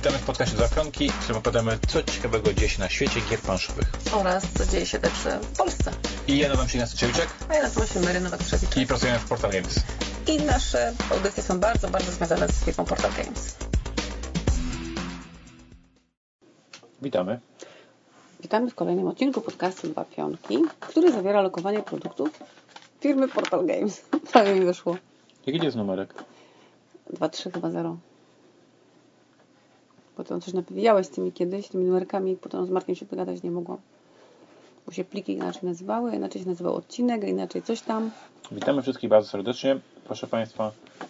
Witamy w podcaście Dwa Pionki, w którym opowiadamy, co ciekawego dzieje się na świecie gier planszowych. Oraz co dzieje się też w Polsce. I ja nazywam się Ignacy Ciewiczek. A ja nazywam się Mary Nowak-Trzewiczek. I pracujemy w Portal Games. I nasze audycje są bardzo, bardzo związane z firmą Portal Games. Witamy. Witamy w kolejnym odcinku podcastu Dwa Pionki, który zawiera lokowanie produktów firmy Portal Games. Prawie mi wyszło. Jaki jest numerek? 2-3 chyba 0. Potem coś nawijałeś z tymi kiedyś, tymi numerkami, potem z Markiem się pogadać nie mogłam. Bo się pliki inaczej nazywały, inaczej się nazywał odcinek, a inaczej coś tam. Witamy wszystkich bardzo serdecznie. Proszę Państwa,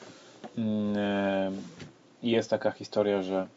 jest taka historia, że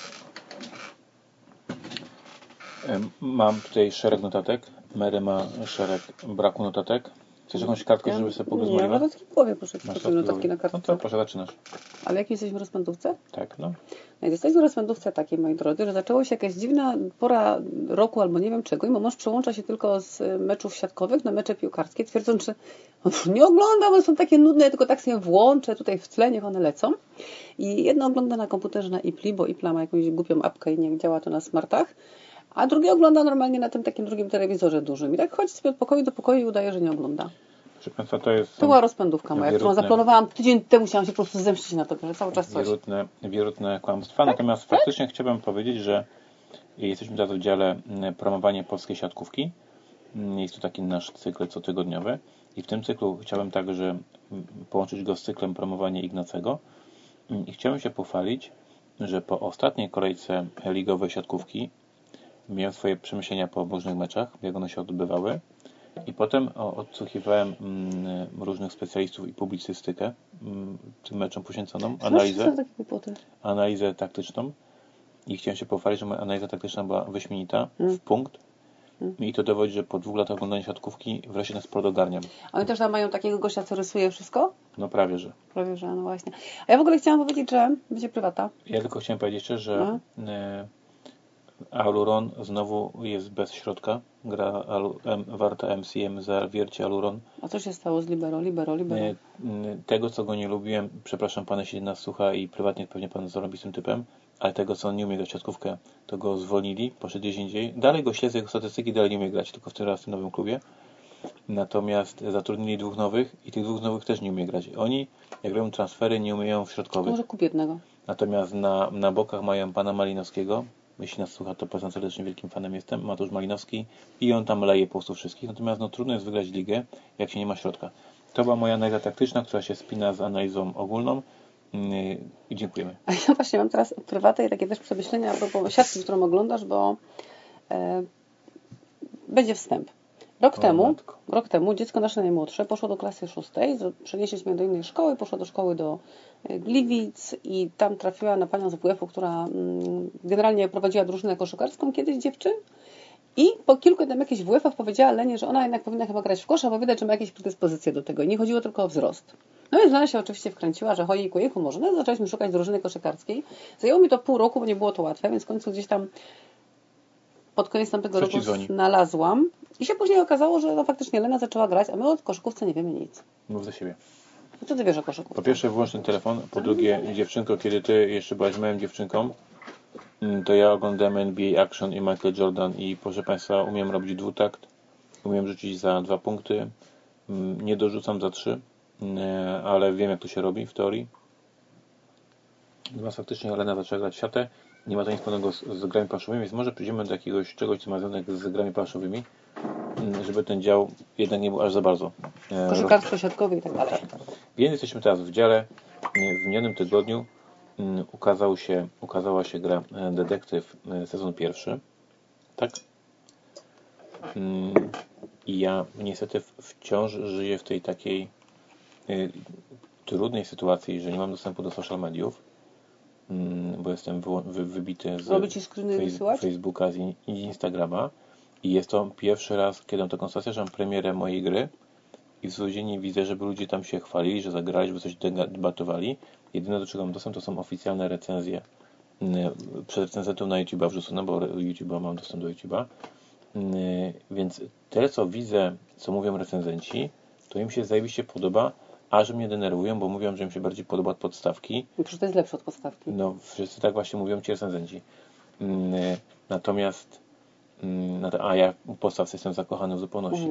mam tutaj szereg notatek. Mary ma szereg braku notatek. Chcesz jakąś kartkę, żeby sobie pogryzmoliła? Nie, mam notatki w głowie, proszę. Notatki na kartce. No to proszę, zaczynasz. Ale jak jesteśmy w rozpędówce? Tak, no. No i jesteśmy w rozpędówce takiej, moi drodzy, że zaczęło się jakaś dziwna pora roku albo nie wiem czego i mój mąż przełącza się tylko z meczów siatkowych na mecze piłkarskie, twierdząc, że nie oglądam, bo są takie nudne, ja tylko tak sobie włączę tutaj w tle, niech one lecą. I jedno ogląda na komputerze na Ipli, bo Ipla ma jakąś głupią apkę i nie działa to na smartach, a drugie ogląda normalnie na tym takim drugim telewizorze dużym. I tak chodzi sobie od pokoju do pokoju i udaje, że nie ogląda. Proszę Państwa, to jest... To była rozpędówka moja, którą zaplanowałam tydzień temu, musiałam się po prostu zemścić na to, że cały czas coś. Wierutne kłamstwa. Natomiast faktycznie chciałbym powiedzieć, że jesteśmy teraz w dziale promowanie polskiej siatkówki. Jest to taki nasz cykl cotygodniowy. I w tym cyklu chciałbym także połączyć go z cyklem promowania Ignacego. I chciałbym się pochwalić, że po ostatniej kolejce ligowej siatkówki miałem swoje przemyślenia po różnych meczach, jak one się odbywały. I potem odsłuchiwałem różnych specjalistów i publicystykę tym meczom poświęconą, analizę taktyczną. I chciałem się pochwalić, że moja analiza taktyczna była wyśmienita, w punkt. I to dowodzi, że po 2 latach oglądania siatkówki wreszcie nas ogarniam. Oni też tam mają takiego gościa, co rysuje wszystko? No prawie, że. Prawie, że, no właśnie. A ja w ogóle chciałam powiedzieć, że będzie prywata. Ja tylko chciałem powiedzieć jeszcze, że Aluron znowu jest bez środka. Gra Warta MCM za wiercie Aluron. A co się stało z Libero? Tego, co go nie lubiłem, przepraszam, pan jeśli nas słucha i prywatnie pewnie pan zrobi z tym typem, ale tego, co on nie umie grać w siatkówkę, to go zwolnili, poszedł gdzieś indziej. Dalej go śledzę, jego statystyki, dalej nie umie grać, tylko w tym nowym klubie. Natomiast zatrudnili 2 nowych i tych 2 nowych też nie umie grać. Oni, jak robią transfery, nie umieją w środkowych. To może kup jednego. Natomiast na bokach mają pana Malinowskiego. Jeśli nas słucha, to polecam serdecznie, wielkim fanem jestem. Mateusz Malinowski i on tam leje po prostu wszystkich. Natomiast trudno jest wygrać ligę, jak się nie ma środka. To była moja analiza taktyczna, która się spina z analizą ogólną. I dziękujemy. A ja właśnie mam teraz prywatę i takie też przemyślenia a propos siatki, którą oglądasz, bo będzie wstęp. Rok temu dziecko nasze najmłodsze poszło do klasy 6, przenieśliśmy do innej szkoły, poszło do szkoły do Gliwic i tam trafiła na panią z WF-u, która generalnie prowadziła drużynę koszykarską kiedyś dziewczyn i po kilku tam jakichś WF-ach powiedziała Lenie, że ona jednak powinna chyba grać w kosza, bo widać, że ma jakieś predyspozycje do tego i nie chodziło tylko o wzrost. No więc Lena się oczywiście wkręciła, że jejku może. No zaczęliśmy szukać drużyny koszykarskiej. Zajęło mi to pół roku, bo nie było to łatwe, więc w końcu gdzieś tam pod koniec tamtego roku znalazłam. I się później okazało, że faktycznie Lena zaczęła grać, a my o koszykówce nie wiemy nic. Mów za siebie. Co ty wiesz o koszykówce? Po pierwsze wyłącz ten telefon, po drugie dziewczynko, kiedy ty jeszcze byłaś małą dziewczynką, to ja oglądałem NBA Action i Michael Jordan i proszę Państwa, umiem robić dwutakt, umiem rzucić za 2 punkty, nie dorzucam za 3, ale wiem jak to się robi w teorii. Natomiast faktycznie Lena zaczęła grać w siatę, nie ma to nic wspólnego z grami planszowymi, więc może przyjdziemy do jakiegoś czegoś, co ma związek z grami planszowymi, żeby ten dział jednak nie był aż za bardzo. Koszykarstwo siatkowe i tak dalej. Więc jesteśmy teraz w dziale. W minionym tygodniu ukazała się gra Detektyw sezon 1. Tak? I ja niestety wciąż żyję w tej takiej trudnej sytuacji, że nie mam dostępu do social mediów, bo jestem wybity z Facebooka i Instagrama i jest to pierwszy raz, kiedy mam taką sytuację, że mam premierę mojej gry i w codziennie widzę, żeby ludzie tam się chwalili, że zagrali, żeby coś debatowali. Jedyne, do czego mam dostęp, to są oficjalne recenzje przed recenzentą na YouTube'a wrzucone, bo mam dostęp do YouTube'a. Więc tyle, co widzę, co mówią recenzenci, to im się zajebiście podoba, a że mnie denerwują, bo mówią, że im się bardziej podoba od podstawki. Przecież to jest lepsze od podstawki. No, wszyscy tak właśnie mówią ci recenzenci. Natomiast a ja w podstawce jestem zakochany w zupełności.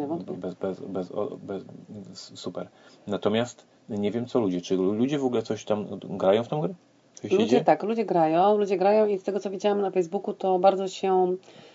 Super. Natomiast nie wiem, co ludzie. Czy ludzie w ogóle coś tam grają w tą grę? Ludzie grają i z tego, co widziałam na Facebooku, to bardzo się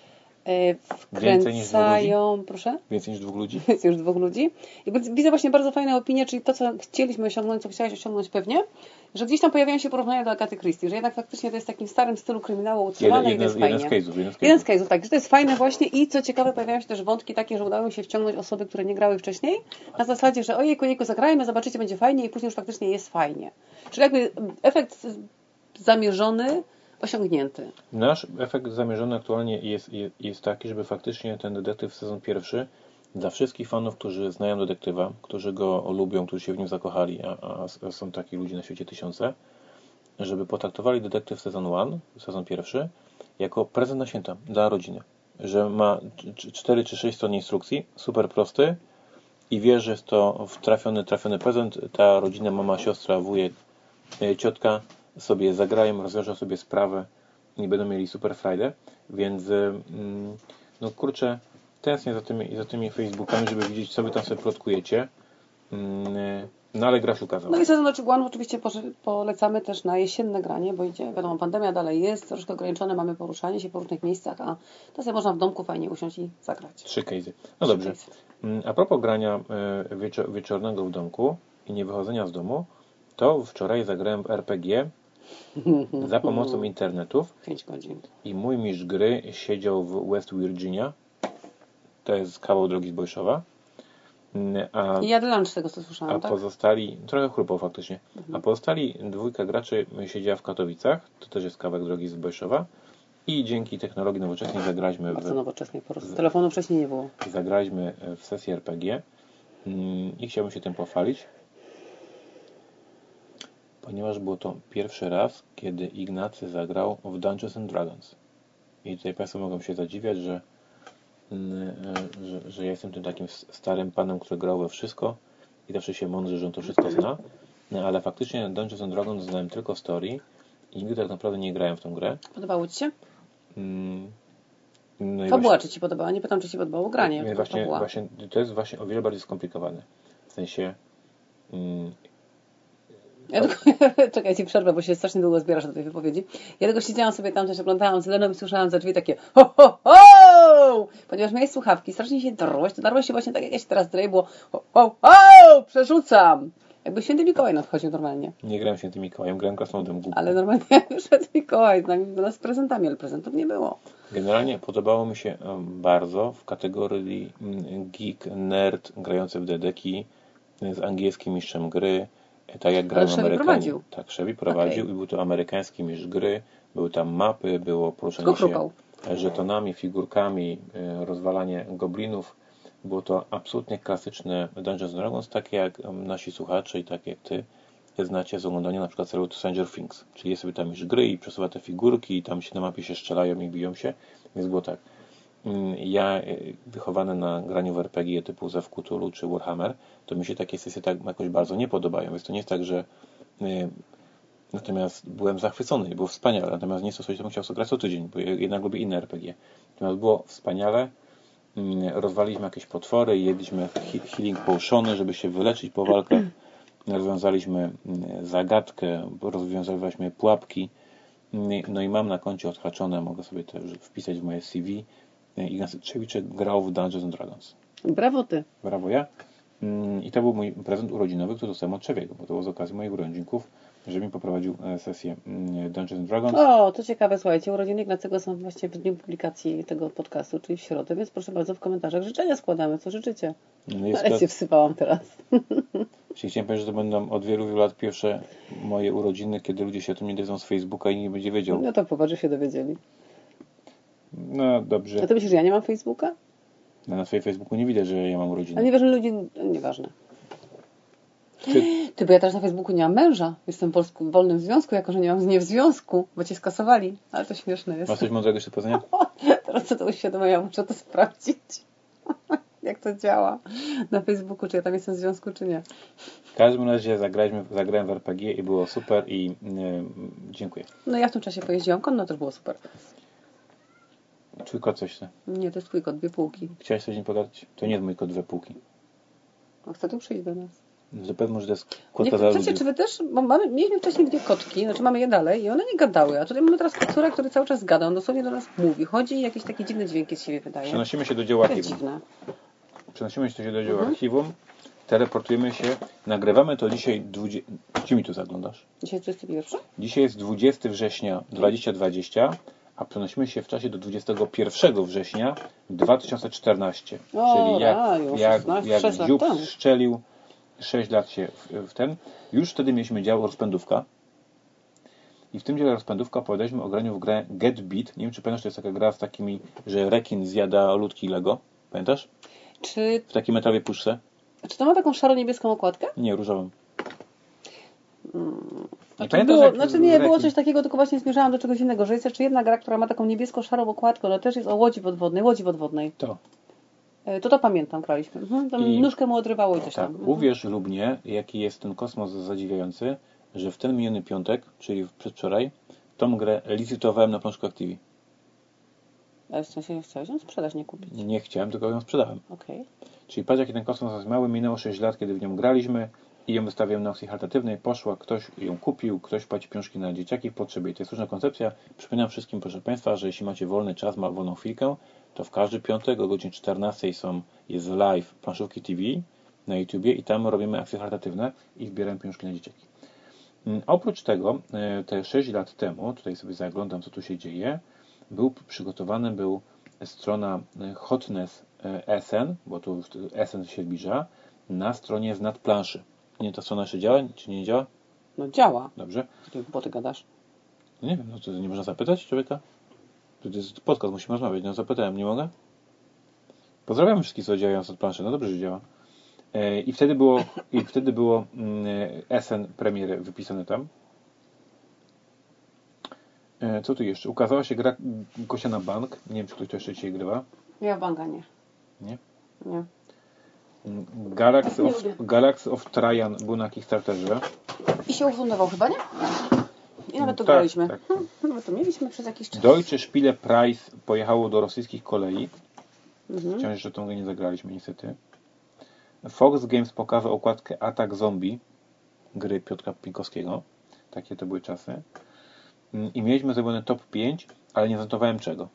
wkręcają. Proszę? Więcej niż 2 ludzi? Więcej niż 2 ludzi. I widzę właśnie bardzo fajne opinie, czyli to, co chcieliśmy osiągnąć, co chciałaś osiągnąć pewnie, że gdzieś tam pojawiają się porównania do Agaty Christie, że jednak faktycznie to jest w takim starym stylu kryminału utrzymane i to jest fajnie. Jeden z case'ów, tak. Że to jest fajne właśnie i co ciekawe, pojawiają się też wątki takie, że udało mi się wciągnąć osoby, które nie grały wcześniej, na zasadzie, że ojejku, zagrajmy, zobaczycie, będzie fajnie i później już faktycznie jest fajnie. Czyli jakby efekt zamierzony, osiągnięty. Nasz efekt zamierzony aktualnie jest taki, żeby faktycznie ten detektyw sezon pierwszy dla wszystkich fanów, którzy znają detektywa, którzy go lubią, którzy się w nim zakochali, a są takich ludzi na świecie tysiące, żeby potraktowali detektyw sezon pierwszy, jako prezent na święta dla rodziny. Że ma 4 czy 6 stron instrukcji, super prosty i wie, że jest to trafiony prezent. Ta rodzina, mama, siostra, wujek, ciotka sobie zagrają, rozwiążą sobie sprawę i będą mieli super frajdę, więc no kurczę, tęsknię za tymi Facebookami, żeby widzieć, co wy tam sobie plotkujecie. No ale gra się ukazała. No i sezon One oczywiście polecamy też na jesienne granie, bo idzie, wiadomo, pandemia dalej jest, troszkę ograniczone, mamy poruszanie się po różnych miejscach, a to sobie można w domku fajnie usiąść i zagrać. 3 case'y. No dobrze. A propos grania wieczornego w domku i nie wychodzenia z domu, to wczoraj zagrałem w RPG za pomocą internetów. 5 godzin. I mój mistrz gry siedział w West Virginia. To jest kawał drogi z Bojszowa. I jadł lunch z tego, co słyszałam, tak? Pozostali, trochę chrupał faktycznie, a pozostali 2 graczy siedziała w Katowicach, to też jest kawałek drogi z Bojszowa i dzięki technologii nowoczesnej zagraliśmy bardzo nowoczesnej, po prostu telefonu wcześniej nie było. Zagraliśmy w sesję RPG i chciałbym się tym pochwalić, ponieważ było to pierwszy raz, kiedy Ignacy zagrał w Dungeons and Dragons. I tutaj Państwo mogą się zadziwiać, że ja jestem tym takim starym panem, który grał we wszystko i zawsze się mądrzy, że on to wszystko zna. No, ale faktycznie Dungeons and Dragons znałem tylko story i nigdy tak naprawdę nie grałem w tą grę. Podobało Ci się? No fabuła czy Ci podobała? Nie pytam, czy Ci podobało granie. Właśnie, to jest właśnie o wiele bardziej skomplikowane. W sensie... Czekaj, Ci przerwę, bo się strasznie długo zbierasz do tej wypowiedzi. Ja tego siedziałam sobie tam, też oglądałam z Leną i słyszałam za drzwi takie ho, ho, ho! Ponieważ miałeś słuchawki, strasznie się darłeś się właśnie tak, jak ja się teraz drę, było ho, ho, ho! Przerzucam! Jakby Święty Mikołaj nadchodził normalnie. Nie grałem Świętym Mikołajem, grałem krasnodem głupką. Ale normalnie wyszedł Mikołaj do nas z prezentami, ale prezentów nie było. Generalnie podobało mi się bardzo w kategorii geek, nerd, grający w dedeki, z angielskim mistrzem gry, tak jak grałem Amerykanie. Tak, Chevy prowadził i był to amerykański mistrz gry, były tam mapy, było poruszanie się żetonami, figurkami, rozwalanie goblinów. Było to absolutnie klasyczne Dungeons & Dragons, takie jak nasi słuchacze i tak jak Ty znacie z oglądania na przykład serialu Stranger Things. Czyli jest sobie tam mistrz gry i przesuwa te figurki i tam się na mapie się strzelają i biją się. Więc było tak. Ja, wychowany na graniu w RPG typu Zew Cthulhu czy Warhammer, to mi się takie sesje tak jakoś bardzo nie podobają. Więc to nie jest tak, że natomiast byłem zachwycony i było wspaniale. Natomiast nie jest to coś, co bym chciał sobie grać co tydzień, bo jednak lubię inne RPG. Natomiast było wspaniale. Rozwaliliśmy jakieś potwory, jedliśmy healing potiony, żeby się wyleczyć po walkach. Rozwiązaliśmy zagadkę, rozwiązaliśmy pułapki. No i mam na koncie odhaczone, mogę sobie to wpisać w moje CV. Ignacy Trzewiczek grał w Dungeons & Dragons. Brawo Ty. Brawo ja. I to był mój prezent urodzinowy, który dostałem od Trzewiego, bo to było z okazji moich urodzinków, że mi poprowadził sesję Dungeons & Dragons. O, to ciekawe, słuchajcie, urodziny Ignacego są właśnie w dniu publikacji tego podcastu, czyli w środę, więc proszę bardzo w komentarzach życzenia składamy, co życzycie. Ale się wsypałam teraz. Chciałem powiedzieć, że to będą od wielu lat pierwsze moje urodziny, kiedy ludzie się o tym nie dowiedzą z Facebooka i nie będzie wiedział. No to popatrz, że się dowiedzieli. No dobrze. A ty myślisz, że ja nie mam Facebooka? No, na swoim Facebooku nie widać, że ja mam urodziny. A nieważne ludzi, nieważne. Ty, bo ja teraz na Facebooku nie mam męża. Jestem w wolnym związku, jako że nie mam z nie w związku, bo cię skasowali. Ale to śmieszne jest. Masz coś mądrego jeszcze do powiedzenia? Teraz co to uświadomienia, muszę to sprawdzić. jak to działa na Facebooku, czy ja tam jestem w związku, czy nie. W każdym razie zagrałem w RPG i było super i dziękuję. No ja w tym czasie pojeździłam konno, też było super. Twój kot coś chce? Nie, to jest twój kot, 2 półki. Chciałeś coś z nim pogadać? To nie jest mój kot 2 półki. A chce tu przyjść do nas. Zapewne, że to jest kot Nie, za czy wy też, bo mieliśmy wcześniej 2 kotki, znaczy mamy je dalej i one nie gadały, a tutaj mamy teraz kocura, który cały czas gada, on dosłownie do nas mówi, chodzi i jakieś takie dziwne dźwięki z siebie wydaje. Przenosimy się do dzieła To jest archiwum. dziwne. Przenosimy się do dzieła archiwum, teleportujemy się, nagrywamy to dzisiaj, gdzie mi tu zaglądasz? Dzisiaj jest 21? Dzisiaj jest 20 września 2020, a przenosimy się w czasie do 21 września 2014. Czyli jak dziób strzelił 6 lat się w ten. Już wtedy mieliśmy dział rozpędówka. I w tym dziale rozpędówka opowiadaliśmy o graniu w grę Get Beat. Nie wiem, czy pamiętasz, to jest taka gra z takimi, że rekin zjada ludki Lego. Pamiętasz? Czy... W takiej metalowej puszce. Czy to ma taką szaro-niebieską okładkę? Nie, różową. Było coś takiego, tylko właśnie zmierzałam do czegoś innego, że jest jeszcze jedna gra, która ma taką niebiesko-szarą okładkę, ona też jest o łodzi podwodnej. To pamiętam, graliśmy. Nóżkę mu odrywało i coś tam. Uwierz lub nie, jaki jest ten kosmos zadziwiający, że w ten miniony piątek, czyli przedwczoraj, tą grę licytowałem na Plążku Activi. Ale w sensie chciałeś ją sprzedać, nie kupić? Nie chciałem, tylko ją sprzedałem. Okay. Czyli patrz, jaki ten kosmos jest mały, minęło 6 lat, kiedy w nią graliśmy i ją wystawiłem na aukcji charytatywnej, poszła, ktoś ją kupił, ktoś płaci pieniążki na dzieciaki w potrzebie. I to jest różna koncepcja. Przypominam wszystkim, proszę Państwa, że jeśli macie wolny czas, wolną chwilkę, to w każdy piątek o godzinie 14 jest live Planszówki TV na YouTubie i tam robimy akcje charytatywne i zbieramy pieniążki na dzieciaki. Oprócz tego, te 6 lat temu, tutaj sobie zaglądam, co tu się dzieje, był strona Hotness SN, bo tu SN się zbliża, na stronie z nadplanszy. Nie, ta strona jeszcze działa, czy nie działa? No działa. Dobrze. Bo ty gadasz. No nie wiem, no to nie można zapytać człowieka? To jest podcast, musimy rozmawiać. No zapytałem, nie mogę? Pozdrawiam wszystkich, co działają z nadplanszy. No dobrze, że działa. I wtedy było SN premiery wypisane tam. Co tu jeszcze? Ukazała się gra Gosia na bank. Nie wiem, czy ktoś to jeszcze dzisiaj grywa. Ja banka nie. Nie? Nie. Galaxy of Trajan był na Kickstarterze. I się ufundował chyba, nie? I nawet to graliśmy. Tak. Nawet to mieliśmy przez jakiś czas. Deutsche Spiele Preis pojechało do rosyjskich kolei. Wciąż jeszcze tą grę nie zagraliśmy niestety. Fox Games pokazał okładkę Attack Zombie gry Piotra Pinkowskiego. Takie to były czasy. I mieliśmy zrobione top 5, ale nie zanotowałem czego.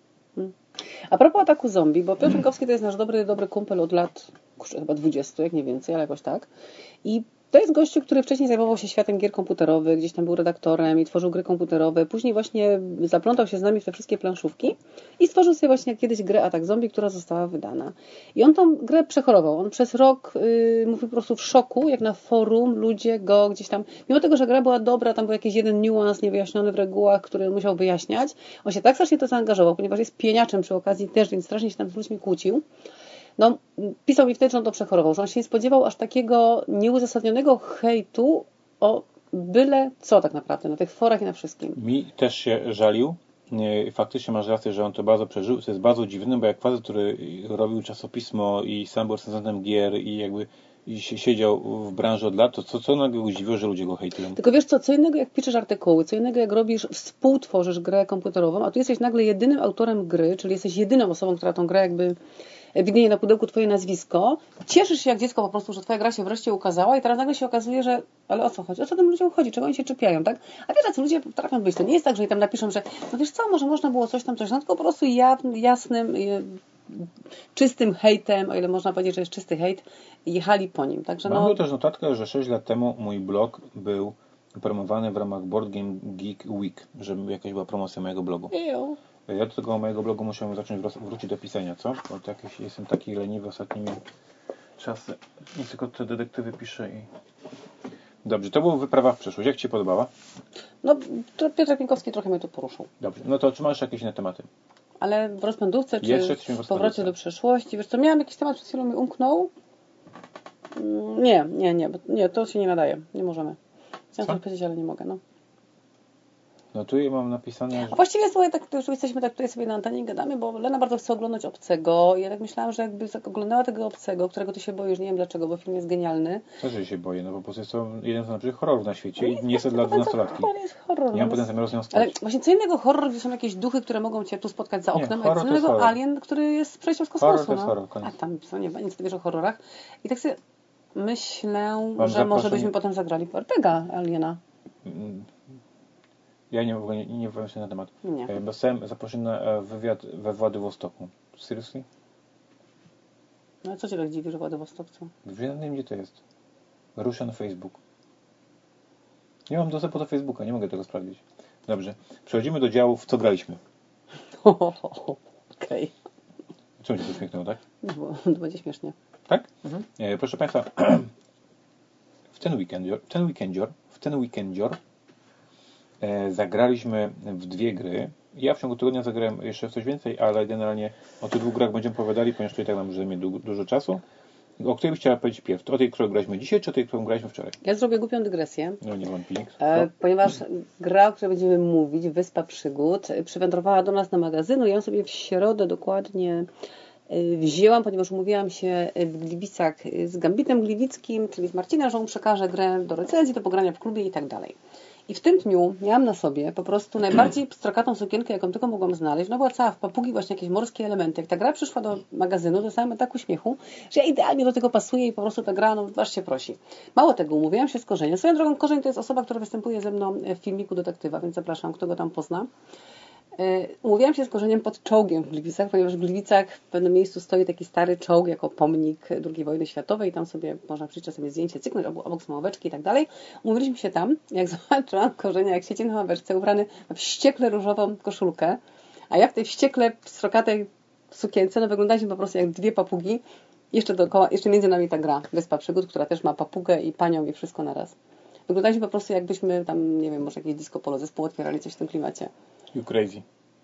A propos Ataku Zombie, bo Piotr Pinkowski to jest nasz dobry kumpel od lat chyba 20, jak nie więcej, ale jakoś tak. I to jest gościu, który wcześniej zajmował się światem gier komputerowych, gdzieś tam był redaktorem i tworzył gry komputerowe. Później właśnie zaplątał się z nami w te wszystkie planszówki i stworzył sobie właśnie kiedyś grę Atak Zombie, która została wydana. I on tą grę przechorował. On przez rok mówił po prostu w szoku, jak na forum ludzie go gdzieś tam, mimo tego, że gra była dobra, tam był jakiś jeden niuans niewyjaśniony w regułach, który on musiał wyjaśniać. On się tak strasznie to zaangażował, ponieważ jest pieniaczem przy okazji też, więc strasznie się tam z ludźmi kłócił. No, pisał mi wtedy, że on to przechorował, że on się nie spodziewał aż takiego nieuzasadnionego hejtu o byle co tak naprawdę, na tych forach i na wszystkim. Mi też się żalił. Faktycznie masz rację, że on to bardzo przeżył. To jest bardzo dziwne, bo jak facet, który robił czasopismo i sam był recenzentem gier i jakby siedział w branży od lat, to co nagle go zdziwiło, że ludzie go hejtują? Tylko wiesz co innego jak piszesz artykuły, co innego jak robisz, współtworzysz grę komputerową, a tu jesteś nagle jedynym autorem gry, czyli jesteś jedyną osobą, która tą grę jakby widnieje na pudełku twoje nazwisko, cieszysz się jak dziecko po prostu, że twoja gra się wreszcie ukazała i teraz nagle się okazuje, że ale o co chodzi? O co tym ludziom chodzi? Czego oni się czepiają, tak? A wiesz, co ludzie potrafią być. To nie jest tak, że oni tam napiszą, że no wiesz co, może można było coś tam, no tylko po prostu jasnym, czystym hejtem, o ile można powiedzieć, że jest czysty hejt, jechali po nim. Także Mam też notatkę, że 6 lat temu mój blog był promowany w ramach Board Game Geek Week, że jakaś była promocja mojego blogu. Ja do tego mojego blogu muszę zacząć wrócić do pisania, co? Bo jestem taki leniwy ostatnimi czasy. Nie tylko te detektywy piszę i... Dobrze, to była wyprawa w przeszłość. Jak Ci się podobała? No, Piotr Pinkowski trochę mnie tu poruszył. Dobrze, no to czy masz jakieś inne tematy? Ale w rozpędówce, czy w powrocie do przeszłości? Wiesz co, miałam jakiś temat, przed chwilą mi umknął. Nie, to się nie nadaje. Nie możemy. Chciałam coś powiedzieć, ale nie mogę, no. No tu mam napisane, że... A właściwie słuchaj, tak, już jesteśmy tak tutaj sobie na antenie i gadamy, bo Lena bardzo chce oglądać Obcego. Ja tak myślałam, że jakby oglądała tego Obcego, którego ty się boisz, nie wiem dlaczego, bo film jest genialny. Co, że się boję? No bo po prostu jest to jeden z najlepszych horrorów na świecie i nie jest dla 12-latki. Jest horror. Nie mam potem zamiaru z nią spać. Ale właśnie co innego horror, gdzie są jakieś duchy, które mogą cię tu spotkać za oknem, a co innego Alien, który jest przejściem z kosmosu. Horror to jest horror, a tam co, nie nic nie wiesz o horrorach. I tak sobie myślę, że zaproszenie... może byśmy potem zagrali w RPGa Aliena. Ja nie wypowiem się na temat. Nie. Bo dostałem zaproszenie na wywiad we Władywostoku. Seriously? No a co cię tak dziwi, że Władywostokcu? Nie wiem, gdzie to jest. Russian Facebook. Nie mam dostępu do Facebooka, nie mogę tego sprawdzić. Dobrze. Przechodzimy do działów, co graliśmy. Okej. Czemu cię to uśmiechnęło, tak? To będzie śmiesznie. Tak? Mhm. Proszę Państwa, w ten weekendzior zagraliśmy w 2 gry. Ja w ciągu tygodnia zagrałem jeszcze w coś więcej, ale generalnie o tych 2 grach będziemy opowiadali, ponieważ tutaj tak nam zajmie dużo czasu. O której byś chciała powiedzieć pierw? O tej, którą graliśmy dzisiaj, czy o tej, którą graliśmy wczoraj? Ja zrobię głupią dygresję. No nie mam Phoenix. Ponieważ gra, o której będziemy mówić, Wyspa Przygód, przywędrowała do nas na magazynu. Ja ją sobie w środę dokładnie wzięłam, ponieważ umówiłam się w Gliwicach z Gambitem Gliwickim, czyli z Marcinem, że on przekaże grę do recenzji, do pogrania w klubie i tak dalej. I w tym dniu miałam na sobie po prostu najbardziej pstrokatą sukienkę, jaką tylko mogłam znaleźć. No była cała w papugi, właśnie jakieś morskie elementy. Jak ta gra przyszła do magazynu, dostałam tak uśmiechu, że ja idealnie do tego pasuję i po prostu ta gra, no aż się prosi. Mało tego, umówiłam się z Korzeniem. Swoją drogą Korzeń to jest osoba, która występuje ze mną w filmiku Detektywa, więc zapraszam, kto go tam pozna. Umówiłam się z Korzeniem pod czołgiem w Gliwicach, ponieważ w Gliwicach w pewnym miejscu stoi taki stary czołg jako pomnik II wojny światowej i tam sobie można przyjść czasem zdjęcie, cyknąć, obok są ławeczki i tak dalej. Umówiliśmy się tam, jak zobaczyłam Korzenia, jak siedzi na ławeczce ubrany w wściekle różową koszulkę, a ja w tej wściekle pstrokatej sukience, no wyglądaliśmy po prostu jak 2 papugi. Jeszcze dookoła, jeszcze między nami ta gra Wyspa Przygód, która też ma papugę i panią i wszystko naraz. Wyglądaliśmy po prostu jakbyśmy tam, nie wiem, może jakieś disco polo zespół otwierali, coś w tym klimacie. You crazy.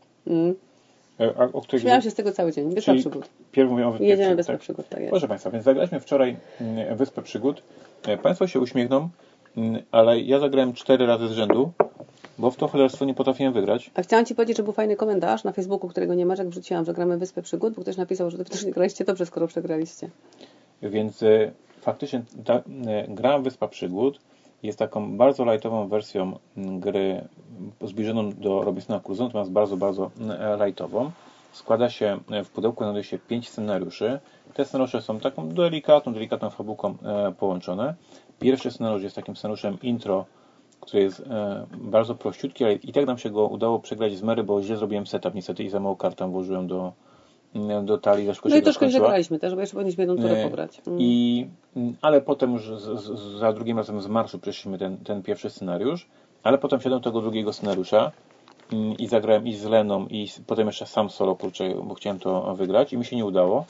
Śmiałam się z tego cały dzień. Wyspa Przygód. Pierw mówię o Wyspie Jedziemy Wyspę Przygód, tak jest. Proszę Państwa, więc zagraliśmy wczoraj Wyspę Przygód. Państwo się uśmiechną, ale ja zagrałem 4 razy z rzędu, bo w to cholerstwo nie potrafiłem wygrać. A chciałam Ci powiedzieć, że był fajny komentarz na Facebooku, którego nie masz, jak wrzuciłam, że gramy Wyspę Przygód, bo ktoś napisał, że Wy też nie graliście dobrze, skoro przegraliście. Więc faktycznie ta gra Wyspa Przygód jest taką bardzo lightową wersją gry zbliżoną do Robinsona Crusoe, natomiast bardzo, bardzo lightową. Składa się, w pudełku znajduje się 5 scenariuszy. Te scenariusze są taką delikatną fabułką połączone. Pierwszy scenariusz jest takim scenariuszem intro, który jest bardzo prościutki, ale i tak nam się go udało przegrać z Mary, bo źle zrobiłem setup niestety i za mało kart tam włożyłem do talii. No i troszkę zagraliśmy też, bo jeszcze powinniśmy jedną turę pograć. Ale potem już za drugim razem z marszu przeszliśmy ten pierwszy scenariusz, ale potem wsiadłem do tego drugiego scenariusza i zagrałem i z Leną, i potem jeszcze sam solo, bo chciałem to wygrać i mi się nie udało.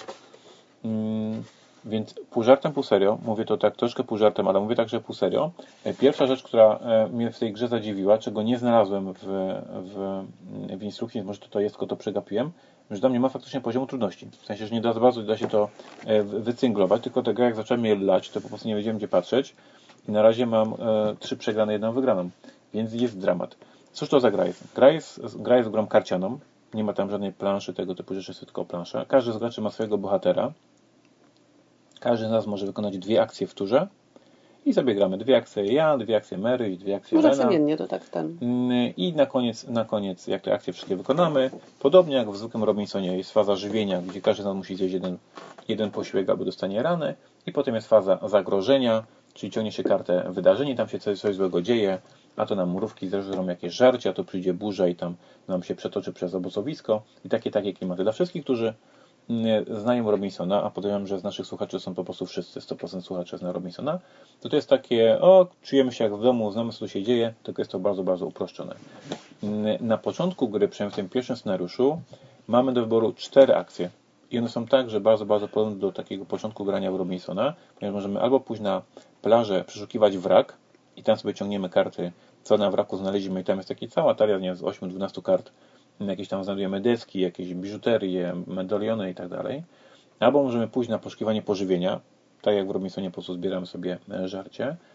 Więc pół żartem, pół serio, mówię to tak troszkę pół żartem, ale mówię także pół serio. Pierwsza rzecz, która mnie w tej grze zadziwiła, czego nie znalazłem w instrukcji, może to jest, tylko to przegapiłem, że tam nie ma faktycznie poziomu trudności. W sensie, że nie da bardzo da się to wycynglować, tylko ta gra jak zacząłem je lać, to po prostu nie wiedziałem gdzie patrzeć i na razie mam 3 przegrane, 1 wygraną, więc jest dramat. Cóż to za gra jest? Gra jest grą karcianą, nie ma tam żadnej planszy, tego typu rzeczy, jest tylko plansza. Każdy z graczy ma swojego bohatera. Każdy z nas może wykonać 2 akcje w turze i sobie gramy 2 akcje ja, 2 akcje Mary i 2 akcje Lena. Może przemiennie to tak ten. I na koniec, jak te akcje wszystkie wykonamy, podobnie jak w zwykłym Robinsonie jest faza żywienia, gdzie każdy z nas musi zjeść jeden posiłek albo dostanie ranę i potem jest faza zagrożenia, czyli ciągnie się kartę wydarzeń, tam się coś złego dzieje, a to nam mrówki zeżrą jakieś żarcie, a to przyjdzie burza i tam nam się przetoczy przez obozowisko i takie klimaty. Dla wszystkich, którzy znają Robinsona, a podejrzewam, że z naszych słuchaczy są po prostu wszyscy 100% słuchacze zna Robinsona, to jest takie, czujemy się jak w domu, znamy co tu się dzieje, tylko jest to bardzo, bardzo uproszczone. Na początku gry, przynajmniej w tym pierwszym scenariuszu, mamy do wyboru 4 akcje. I one są także bardzo, bardzo podobne do takiego początku grania w Robinsona, ponieważ możemy albo pójść na plażę, przeszukiwać wrak i tam sobie ciągniemy karty, co na wraku znaleźliśmy i tam jest taki cała talia, nie, z 8-12 kart, jakieś tam znajdujemy deski, jakieś biżuterię, medaliony i tak dalej. Albo możemy pójść na poszukiwanie pożywienia, tak jak w Robinsonie po prostu zbieramy sobie żarcie.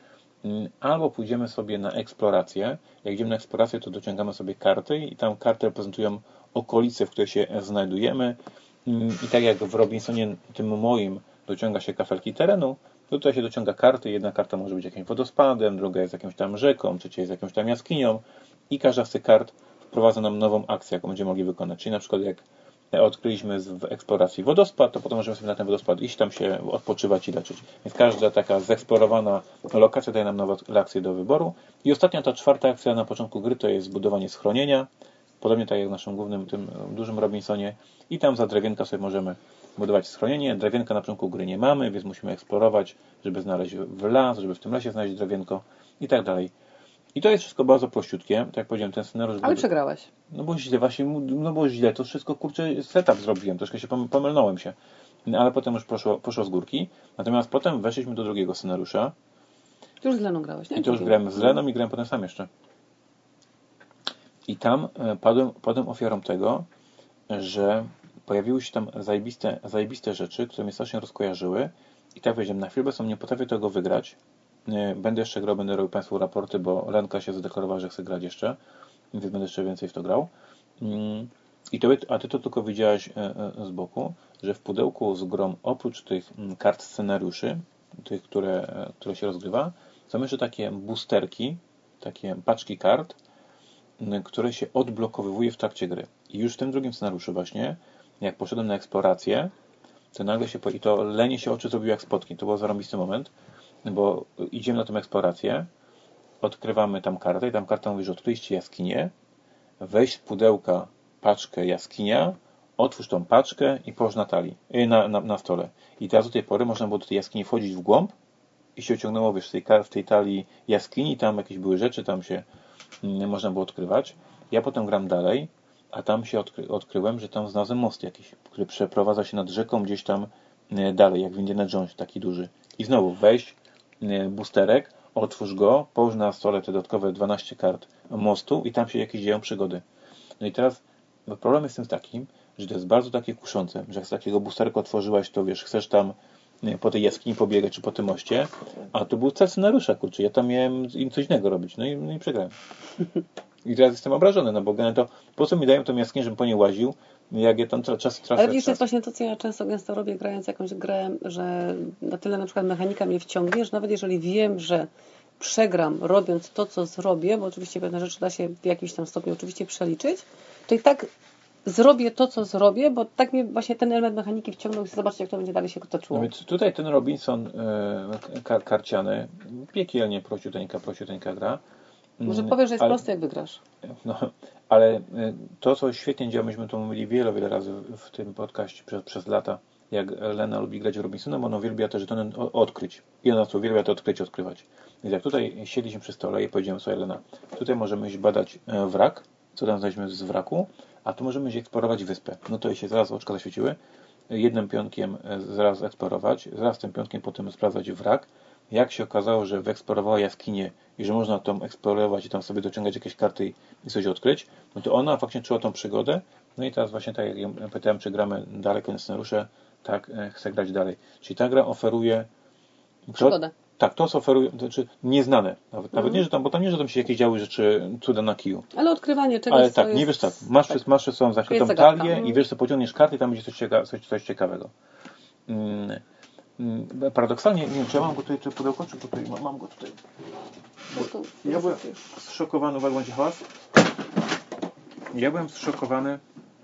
Albo pójdziemy sobie na eksplorację. Jak idziemy na eksplorację, to dociągamy sobie karty i tam karty reprezentują okolice, w których się znajdujemy. I tak jak w Robinsonie tym moim dociąga się kafelki terenu, to tutaj się dociąga karty. Jedna karta może być jakimś wodospadem, druga jest jakąś tam rzeką, trzecia jest jakąś tam jaskinią i każda z tych kart wprowadza nam nową akcję, jaką będziemy mogli wykonać. Czyli na przykład jak odkryliśmy w eksploracji wodospad, to potem możemy sobie na ten wodospad iść, tam się odpoczywać i leczyć. Więc każda taka zeksplorowana lokacja daje nam nowe akcje do wyboru. I ostatnia, ta czwarta akcja na początku gry to jest zbudowanie schronienia. Podobnie tak jak w naszym głównym, tym dużym Robinsonie. I tam za drewienka sobie możemy budować schronienie. Drewienka na początku gry nie mamy, więc musimy eksplorować, żeby znaleźć w las, żeby w tym lesie znaleźć drewienko i tak dalej. I to jest wszystko bardzo prościutkie. Tak jak powiedziałem, ten scenariusz... Ale przegrałeś. No bo źle właśnie, no bo źle to wszystko, kurczę, setup zrobiłem. Troszkę się pomylnąłem się. Ale potem już poszło z górki. Natomiast potem weszliśmy do drugiego scenariusza. Ty już z Leną grałeś, nie? I to już grałem z Leną i grałem potem sam jeszcze. I tam padłem ofiarą tego, że pojawiły się tam zajebiste rzeczy, które mnie strasznie rozkojarzyły. I tak powiedziałem, na chwilę nie potrafię tego wygrać. Będę jeszcze grał, będę robił Państwu raporty, bo Lenka się zadeklarowała, że chce grać jeszcze. Więc będę jeszcze więcej w to grał. A Ty to tylko widziałeś z boku, że w pudełku z grą oprócz tych kart scenariuszy, tych, które się rozgrywa, są jeszcze takie boosterki, takie paczki kart, które się odblokowywuje w trakcie gry. I już w tym drugim scenariuszu właśnie, jak poszedłem na eksplorację, to nagle i to Lenie się oczy zrobiły jak spotki. To był zarąbisty moment, bo idziemy na tę eksplorację, odkrywamy tam kartę i tam karta mówi, że odkryliście jaskinię, weź z pudełka paczkę jaskinia, otwórz tą paczkę i połóż na talii, na stole. I teraz do tej pory można było do tej jaskini wchodzić w głąb i się ociągnęło, wiesz, w tej talii jaskini, tam jakieś były rzeczy, tam się można było odkrywać. Ja potem gram dalej, a tam się odkryłem, że tam znalazłem most jakiś, który przeprowadza się nad rzeką gdzieś tam dalej, jak w Indiana Jones, taki duży. I znowu weź boosterek, otwórz go, połóż na stole te dodatkowe 12 kart mostu i tam się jakieś dzieją przygody. No i teraz problem jest z tym takim, że to jest bardzo takie kuszące, że jak z takiego boosterka otworzyłaś, to wiesz, chcesz tam po tej jaskini pobiegać, czy po tym moście, a to był cel scenariusza, kurczę, ja tam miałem im coś innego robić, no i przegrałem. I teraz jestem obrażony, no bo to po co mi dają tą jaskinię, żebym po niej łaził, jak ja tam tracę. Ale widzisz, to jest właśnie to, co ja gęsto robię, grając jakąś grę, że na tyle na przykład mechanika mnie wciągnie, że nawet jeżeli wiem, że przegram, robiąc to, co zrobię, bo oczywiście pewne rzeczy da się w jakimś tam stopniu oczywiście przeliczyć, to i tak zrobię to, co zrobię, bo tak mnie właśnie ten element mechaniki wciągnął i zobaczcie, jak to będzie dalej się toczyło. No więc tutaj ten Robinson karciany, piekielnie prościuteńka gra. Może powiesz, że jest prosty, jak wygrasz. No, ale to, co świetnie działa, myśmy to mówili wiele razy w tym podcaście przez lata, jak Lena lubi grać w Robinsona, bo ona uwielbia te żetony odkryć. I ona to uwielbia to odkrywać. Więc jak tutaj siedliśmy przy stole i powiedziałem sobie, Lena, tutaj możemy iść badać wrak, co tam znaleźliśmy z wraku, a tu możemy iść eksplorować wyspę. No to się zaraz oczka zaświeciły. Jednym pionkiem zaraz eksplorować, zaraz tym pionkiem potem sprawdzać wrak. Jak się okazało, że wyeksplorowała jaskinię i że można tam eksplorować i tam sobie dociągać jakieś karty i coś odkryć, no to ona faktycznie czuła tą przygodę. No i teraz właśnie tak jak ją pytałem, czy gramy dalej kolejne scenariusze, tak, chcę grać dalej. Czyli ta gra oferuje przygodę. Tak, to oferuje, to znaczy nieznane. Nawet nie, że tam, bo tam nie, że tam się jakieś działy rzeczy, cuda na kiju. Ale odkrywanie czegoś, ale tak, nie wiesz tak. Masz przed sobą zakrytą talię i wiesz, co pociągniesz karty i tam będzie coś ciekawego. Paradoksalnie, nie wiem, czy ja mam go tutaj, czy pudełko, czy tutaj, mam go tutaj. Ja byłem zszokowany, uwaga, będzie hałas. Ja byłem zszokowany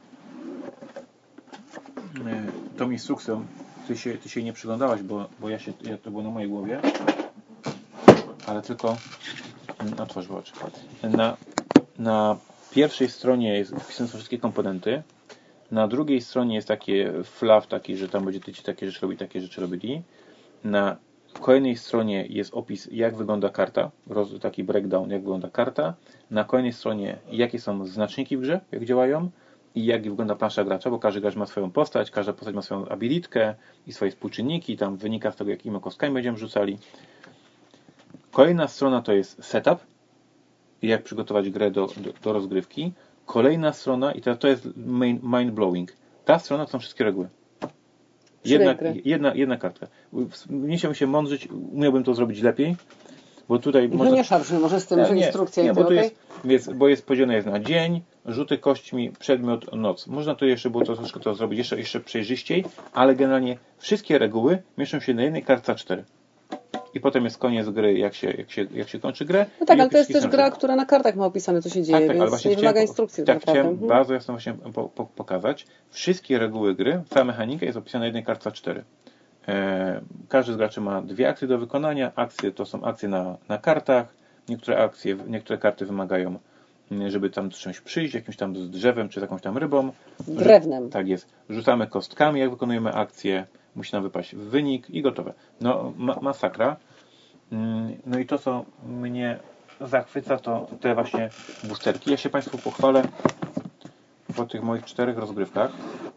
tą instrukcją. Ty się nie przyglądałaś, bo to było na mojej głowie. Ale tylko otworzył oczy. Na pierwszej stronie jest wpisane są wszystkie komponenty. Na drugiej stronie jest takie flaw taki, że tam będziecie takie rzeczy robili. Na kolejnej stronie jest opis, jak wygląda karta, taki breakdown, jak wygląda karta. Na kolejnej stronie, jakie są znaczniki w grze, jak działają i jak wygląda plansza gracza, bo każdy gracz ma swoją postać, każda postać ma swoją abilitkę i swoje współczynniki, tam wynika z tego, jakimi kostkami będziemy rzucali. Kolejna strona to jest setup, jak przygotować grę do rozgrywki. Kolejna strona, i to jest mind-blowing. Ta strona to są wszystkie reguły. Jedna kartka. Nie chciałbym się mądrzyć, umiałbym to zrobić lepiej, Bo tutaj może... nie szarpmy może z tym, że instrukcja nie, bo tu jest, bo jest podzielone jest na dzień, rzuty kośćmi, przedmiot, noc. Można tu jeszcze było troszeczkę to zrobić jeszcze przejrzyściej, ale generalnie wszystkie reguły mieszczą się na jednej kartce A4. I potem jest koniec gry, jak się kończy grę. No tak, ale to jest też gra, która na kartach ma opisane, co się dzieje, tak, więc nie wymaga instrukcji. Tak, chciałem bardzo jasno właśnie pokazać. Wszystkie reguły gry, cała mechanika jest opisana na jednej kartce A4. Każdy z graczy ma 2 akcje do wykonania. Akcje to są akcje na kartach. Niektóre karty wymagają, żeby tam z czymś przyjść, jakimś tam z drzewem, czy z jakąś tam rybą. Drewnem. Tak jest. Rzucamy kostkami, jak wykonujemy akcję. Musi nam wypaść wynik i gotowe. No, masakra. No i to, co mnie zachwyca, to te właśnie boosterki. Ja się Państwu pochwalę po tych moich 4 rozgrywkach.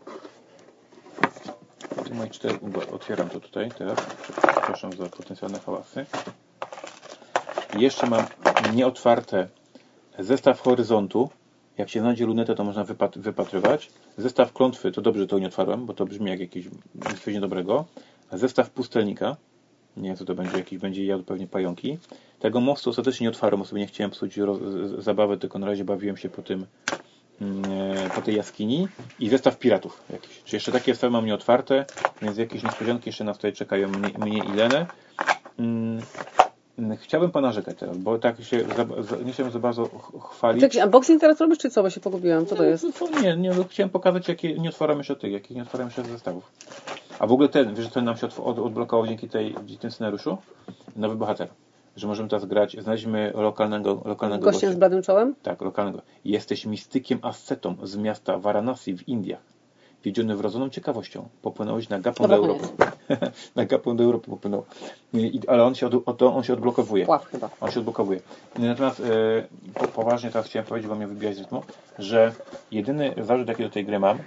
Po tych moich 4... Otwieram to tutaj teraz. Przepraszam za potencjalne hałasy. Jeszcze mam nieotwarte zestaw Horyzontu. Jak się znajdzie lunetę, to można wypatrywać. Zestaw Klątwy, to dobrze to nie otwarłem, bo to brzmi jak jakieś coś niedobrego. Zestaw Pustelnika. Nie wiem, co to będzie, będzie jadł pewnie pająki. Tego mostu ostatecznie nie otwarłem, bo sobie nie chciałem psuć zabawy, tylko na razie bawiłem się po tej jaskini. I zestaw piratów jakiś. Czy jeszcze takie zestawy mam nieotwarte, więc jakieś niespodzianki jeszcze nas tutaj czekają mnie i Lenę. Chciałbym ponarzekać teraz, bo tak się nie chciałem za bardzo chwalić. Jakiś unboxing teraz robisz, czy co? Bo się pogubiłam. Co to jest? Nie, chciałem pokazać, jakie nie otworzyłem jeszcze jakich nie otworzyłem jeszcze zestawów. A w ogóle wiesz, że ten nam się odblokował dzięki tym scenariuszu? Nowy bohater. Że możemy teraz grać, znaleźliśmy lokalnego gościa z bladym czołem? Tak, lokalnego. Jesteś mistykiem ascetą z miasta Varanasi w Indiach. Wiedziony wrodzoną ciekawością. Popłynąłeś na gapę do Europy. Na gapę do Europy popłynął. Ale on się odblokowuje. Pław chyba. On się odblokowuje. Natomiast poważnie teraz chciałem powiedzieć, bo mnie wybijać z rytmu, że jedyny zarzut, jaki do tej gry mam,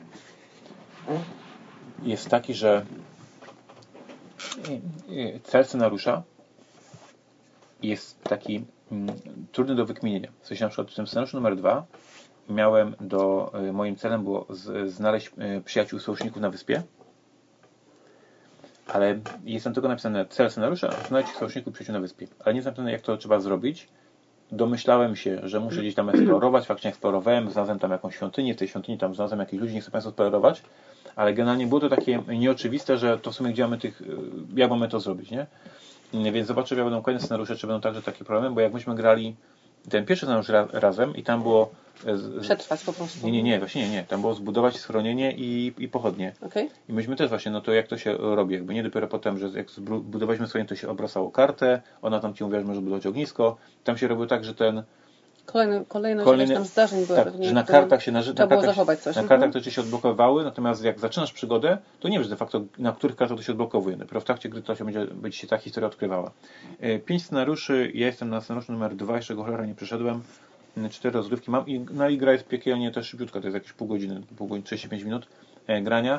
jest taki, że cel scenariusza jest taki trudny do wykminienia. W sensie na przykład w tym scenariuszu numer 2 moim celem było znaleźć przyjaciół sojuszników na wyspie, ale jest tam tylko napisane cel scenariusza, znaleźć sojuszników przyjaciół na wyspie. Ale nie jest napisane, jak to trzeba zrobić. Domyślałem się, że muszę gdzieś tam eksplorować, faktycznie eksplorowałem, znalazłem tam jakąś świątynię, w tej świątyni tam znalazłem jakichś ludzi, nie chcę Państwu spoilerować, ale generalnie było to takie nieoczywiste, że to w sumie gdzie mamy jak mamy to zrobić, nie? Więc zobaczę, jak będą kolejne scenariusze, czy będą także takie problemy, bo jak myśmy grali ten pierwszy scenariusz razem i tam było przetrwać po prostu. Nie, właśnie nie. Tam było zbudować schronienie i pochodnie. Okay. I myśmy też właśnie, no to jak to się robi, jakby nie dopiero potem, że jak zbudowaliśmy schronienie, to się obracało kartę, ona tam ci mówiła, że może budować ognisko. Tam się robiło tak, że Kolejne tam zdarzeń były. Tak, że na kartach się coś. Na kartach te rzeczy się odblokowały, natomiast jak zaczynasz przygodę, to nie wiesz de facto, na których kartach to się odblokowuje. Dopiero w trakcie gry to się będzie się ta historia odkrywała. 5 scenariuszy, ja jestem na scenariuszu numer 2, jeszcze go cholera nie przeszedłem. 4 rozgrywki mam i gra jest piekielnie też szybciutka, to jest jakieś pół godziny, 35 minut grania.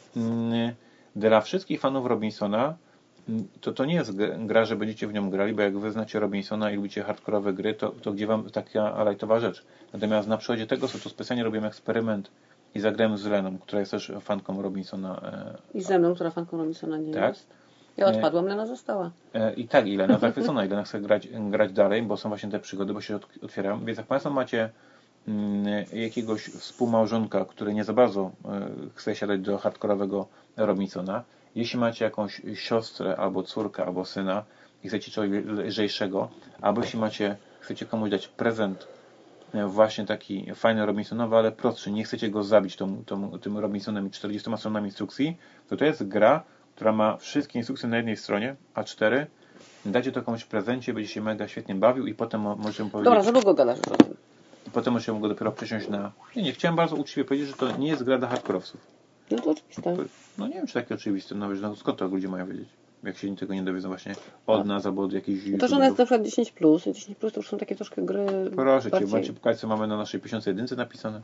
Dla wszystkich fanów Robinsona to nie jest gra, że będziecie w nią grali, bo jak wy znacie Robinsona i lubicie hardkorowe gry, to gdzie wam taka lightowa rzecz. Natomiast na przodzie tego, to specjalnie robiłem eksperyment i zagrałem z Leną, która jest też fanką Robinsona. I ze mną, która fanką Robinsona nie jest. Ja odpadłam, Lena została. I Lena zachwycona, i Lena chce grać dalej, bo są właśnie te przygody, bo się otwierają. Więc jak Państwo macie jakiegoś współmałżonka, który nie za bardzo chce siadać do hardkorowego Robinsona, jeśli macie jakąś siostrę, albo córkę, albo syna i chcecie czegoś lżejszego, albo jeśli chcecie komuś dać prezent właśnie taki fajny Robinsonowy, ale prostszy, nie chcecie go zabić tym Robinsonem i 40 stronami instrukcji, to jest gra, która ma wszystkie instrukcje na jednej stronie, A4, dajcie to komuś w prezencie, będzie się mega świetnie bawił i potem możecie mu powiedzieć... Dobra, za długo gadasz o tym. I potem możecie mu go dopiero przesiąść na... Nie, chciałem bardzo uczciwie powiedzieć, że to nie jest gra dla hardkorowców. No to oczywiste. No nie wiem, czy takie oczywiste, no skąd to ludzie mają wiedzieć? Jak się tego nie dowiedzą właśnie od nas, albo od jakichś... To, że ona jest na przykład 10+, 10+ to już są takie troszkę gry... Proszę Cię, macie pokazać, co mamy na naszej 51 napisane?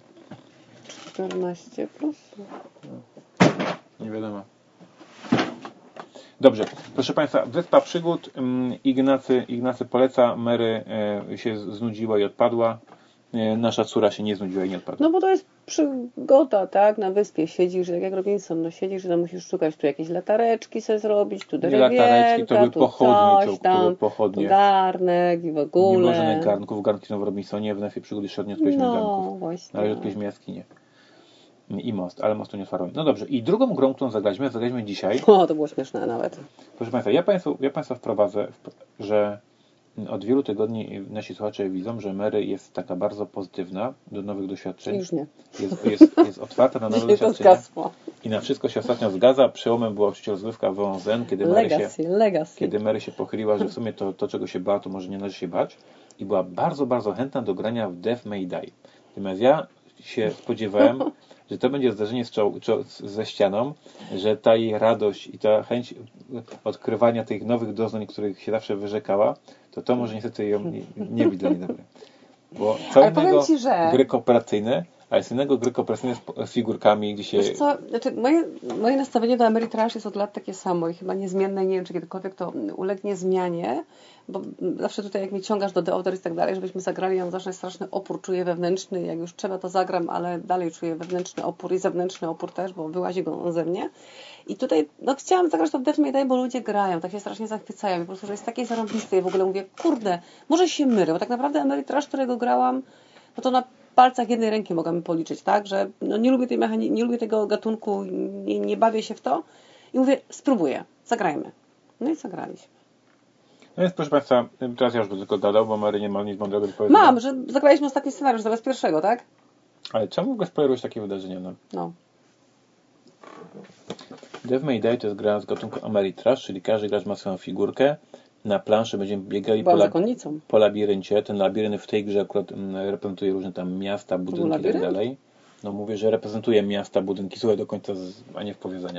14+. Nie wiadomo. Dobrze, proszę Państwa, Wyspa Przygód, Ignacy poleca, Mary się znudziła i odpadła, nasza córa się nie znudziła i nie odpadła. No bo to jest przygoda, tak? Na wyspie siedzisz, jak Robinson, no siedzisz i tam musisz szukać, tu jakieś latareczki sobie zrobić, tu latareczki, to były tu pochodnie, coś tam, to pochodnie. tu garnek i w ogóle. Nie było żadnych garnków, garnki są w Robinsonie, w Nefie Przygódy Średnio odkryliśmy garnków. Właśnie. Ale odkryliśmy jaskinie. I most, ale mostu nie otwarłem. No dobrze, i drugą grą, którą zagraliśmy dzisiaj. O, to było śmieszne nawet. Proszę Państwa, ja Państwa wprowadzę, że od wielu tygodni nasi słuchacze widzą, że Mary jest taka bardzo pozytywna do nowych doświadczeń. Już nie. Jest otwarta na nowe doświadczenia. I na wszystko się ostatnio zgadza. Przełomem była oczywiście rozgrywka w ONZN, kiedy Mary się pochyliła, że w sumie to czego się bała, to może nie należy się bać. I była bardzo, bardzo chętna do grania w Death May Die. Natomiast ja się spodziewałem, że to będzie zdarzenie ze ścianą, że ta jej radość i ta chęć odkrywania tych nowych doznań, których się zawsze wyrzekała, to może niestety ją nie być dla niej dobre. Bo co innego gry kooperacyjne, a jest innego gry kooperacyjne z figurkami, gdzie się... Wiesz co, znaczy moje nastawienie do Ameritrash jest od lat takie samo i chyba niezmienne, nie wiem, czy kiedykolwiek to ulegnie zmianie, bo zawsze tutaj jak mnie ciągasz do The Order i tak dalej, żebyśmy zagrali, ja mam zawsze straszny opór, czuję wewnętrzny, jak już trzeba to zagram, ale dalej czuję wewnętrzny opór i zewnętrzny opór też, bo wyłazi go ze mnie. I tutaj, chciałam zagrać to w Death May Die, bo ludzie grają, tak się strasznie zachwycają. I po prostu, że jest takie zarąbiste i w ogóle mówię, kurde, może się mylę, bo tak naprawdę Ameritrash, którego grałam, no to na palcach jednej ręki mogłam policzyć, tak, że nie lubię tej nie lubię tego gatunku, nie bawię się w to i mówię, spróbuję, zagrajmy. No i zagraliśmy. No więc proszę Państwa, teraz ja już będę tylko gadał, bo Mary nie ma nic mądrego do powiedzenia. Mam, że zagraliśmy ostatni scenariusz zamiast pierwszego, tak? Ale czemu w ogóle spoilerujesz takie wydarzenia? No. Death May Die to jest gra z gatunku Ameritrash, czyli każdy gracz ma swoją figurkę. Na planszy będziemy biegali po labiryncie. Ten labirynt w tej grze akurat reprezentuje różne tam miasta, budynki i tak dalej. No mówię, że reprezentuje miasta, budynki. Słuchaj do końca, a nie w powiedzenia.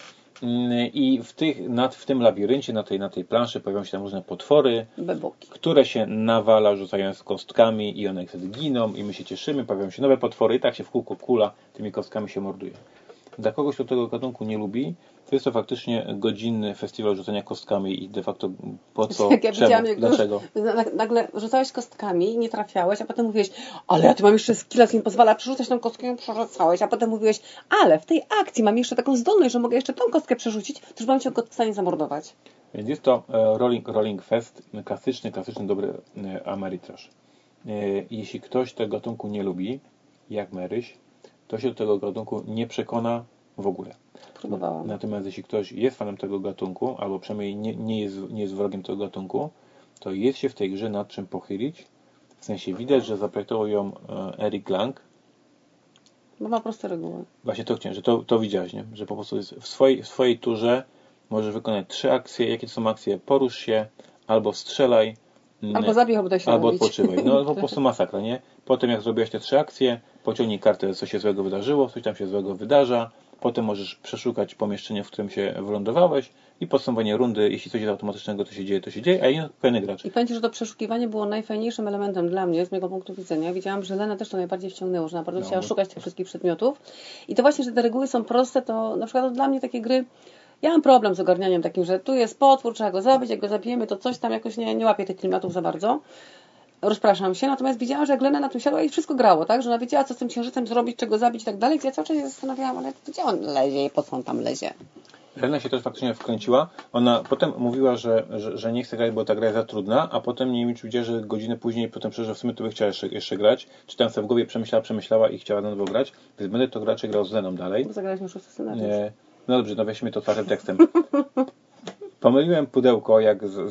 I w tym labiryncie, na tej planszy pojawią się tam różne potwory, które się nawala, rzucając kostkami i one wtedy giną i my się cieszymy, pojawiają się nowe potwory i tak się w kółko kula tymi kostkami się morduje. Dla kogoś, kto tego gatunku nie lubi, to jest to faktycznie godzinny festiwal rzucania kostkami i de facto po co, jak ja czemu, dlaczego? Nagle rzucałeś kostkami i nie trafiałeś, a potem mówiłeś, ale ja tu mam jeszcze skilla, co mi pozwala przerzucać tą kostkę i ją przerzucałeś, a potem mówiłeś, ale w tej akcji mam jeszcze taką zdolność, że mogę jeszcze tą kostkę przerzucić, to już byłem cię w stanie zamordować. Więc jest to Rolling Fest, klasyczny, dobry Ameritrash. Jeśli ktoś tego gatunku nie lubi, jak Maryś, to się do tego gatunku nie przekona w ogóle. Próbowałam. Natomiast jeśli ktoś jest fanem tego gatunku, albo przynajmniej nie jest wrogiem tego gatunku, to jest się w tej grze nad czym pochylić. W sensie widać, że zaprojektował ją Eric Lang. Bo ma proste reguły. Właśnie to chciałem, że to widziałeś, nie? Że po prostu jest w swojej turze możesz wykonać 3 akcje. Jakie to są akcje? Porusz się, albo strzelaj, albo zabij, albo daj się albo odpoczywaj. No po prostu masakra, nie? Potem jak zrobiłeś te 3 akcje, pociągnij kartę, co się złego wydarzyło, coś tam się złego wydarza. Potem możesz przeszukać pomieszczenie, w którym się wylądowałeś i podsumowanie rundy, jeśli coś jest automatycznego, to się dzieje, a inny kolejny gracz. I powiem Ci, że to przeszukiwanie było najfajniejszym elementem dla mnie, z mojego punktu widzenia. Widziałam, że Lena też to najbardziej wciągnęło, że naprawdę chciała szukać tych wszystkich przedmiotów. I to właśnie, że te reguły są proste, to na przykład dla mnie takie gry, ja mam problem z ogarnianiem takim, że tu jest potwór, trzeba go zabić, jak go zabijemy, to coś tam jakoś nie łapie tych klimatów za bardzo. Rozpraszam się, natomiast widziałam, że jak Lena na tym siadła i wszystko grało, tak? Że ona wiedziała, co z tym księżycem zrobić, czego zabić i tak dalej. Ja cały czas się zastanawiałam, ale gdzie on lezie i po co on tam lezie? Lena się też faktycznie wkręciła. Ona potem mówiła, że nie chce grać, bo ta gra jest za trudna, a potem nie wiem, czy widziała, że godzinę później potem że w sumie to by chciała jeszcze grać. Czy tam sobie w głowie przemyślała i chciała na nowo grać, więc będę to raczej grał z Leną dalej. Bo zagraliśmy już scenariusz. No dobrze, no weźmy to otwartym tekstem. Pomyliłem pudełko,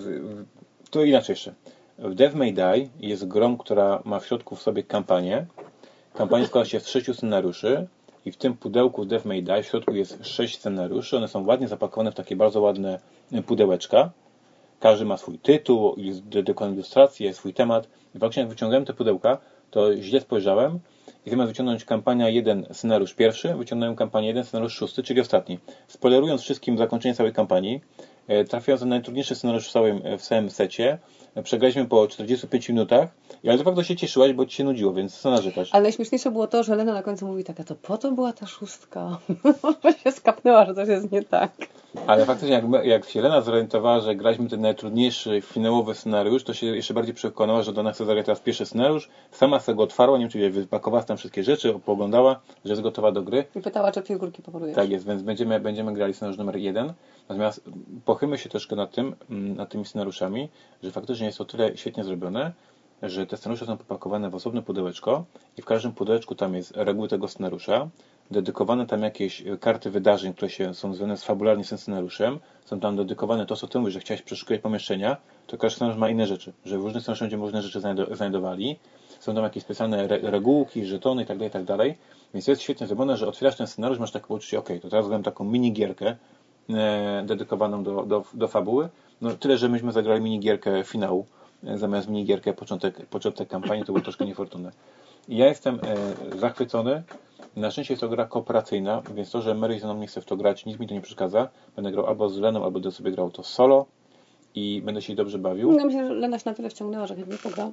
to inaczej jeszcze. W Death May Die jest grą, która ma w środku w sobie kampanię. Kampania składa się z 6 scenariuszy i w tym pudełku Death May Die w środku jest 6 scenariuszy. One są ładnie zapakowane w takie bardzo ładne pudełeczka. Każdy ma swój tytuł, jest dedykowana ilustracja, swój temat. I faktycznie jak wyciągałem te pudełka, to źle spojrzałem i zamiast wyciągnąć kampania 1, scenariusz pierwszy, wyciągnąłem kampanię 1, scenariusz 6, czyli ostatni. Spoilerując wszystkim zakończenie całej kampanii, trafiając na najtrudniejszy scenariusz w całym secie. Przegraliśmy po 45 minutach, ale de facto się cieszyłaś, bo ci się nudziło, więc co narzekasz? Ale najśmieszniejsze było to, że Lena na końcu mówi tak, a to po to była ta 6. Bo się skapnęła, że coś jest nie tak. Ale faktycznie jak się Lena zorientowała, że graliśmy ten najtrudniejszy finałowy scenariusz, to się jeszcze bardziej przekonała, że do nas chce zagrać teraz pierwszy scenariusz. Sama sobie go otwarła, nie wiem czy wypakowała tam wszystkie rzeczy, pooglądała, że jest gotowa do gry. I pytała, czy figurki poporujesz. Tak jest, więc będziemy grali scenariusz numer 1. Natomiast pochylmy się troszkę nad tymi scenariuszami, że faktycznie jest to tyle świetnie zrobione, że te scenariusze są popakowane w osobne pudełeczko i w każdym pudełeczku tam jest reguły tego scenariusza, dedykowane tam jakieś karty wydarzeń, które są związane fabularnie z tym scenariuszem, są tam dedykowane to, co ty mówisz, że chciałeś przeszukać pomieszczenia, to każdy scenariusz ma inne rzeczy, że w różnych scenariuszach będziemy różne rzeczy znajdowali, są tam jakieś specjalne regułki, żetony itd., więc to jest świetnie zrobione, że otwierasz ten scenariusz, masz takie poczucie, ok, to teraz gram taką minigierkę dedykowaną do fabuły, no tyle, że myśmy zagrali minigierkę finału, zamiast minigierkę początek kampanii, to było troszkę niefortunne. Ja jestem zachwycony. Na szczęście jest to gra kooperacyjna, więc to, że Mary ze mną nie chce w to grać, nic mi to nie przeszkadza. Będę grał albo z Leną, albo będę sobie grał to solo i będę się dobrze bawił. Ja myślę, że Lena się na tyle wciągnęła, że chętnie pogra.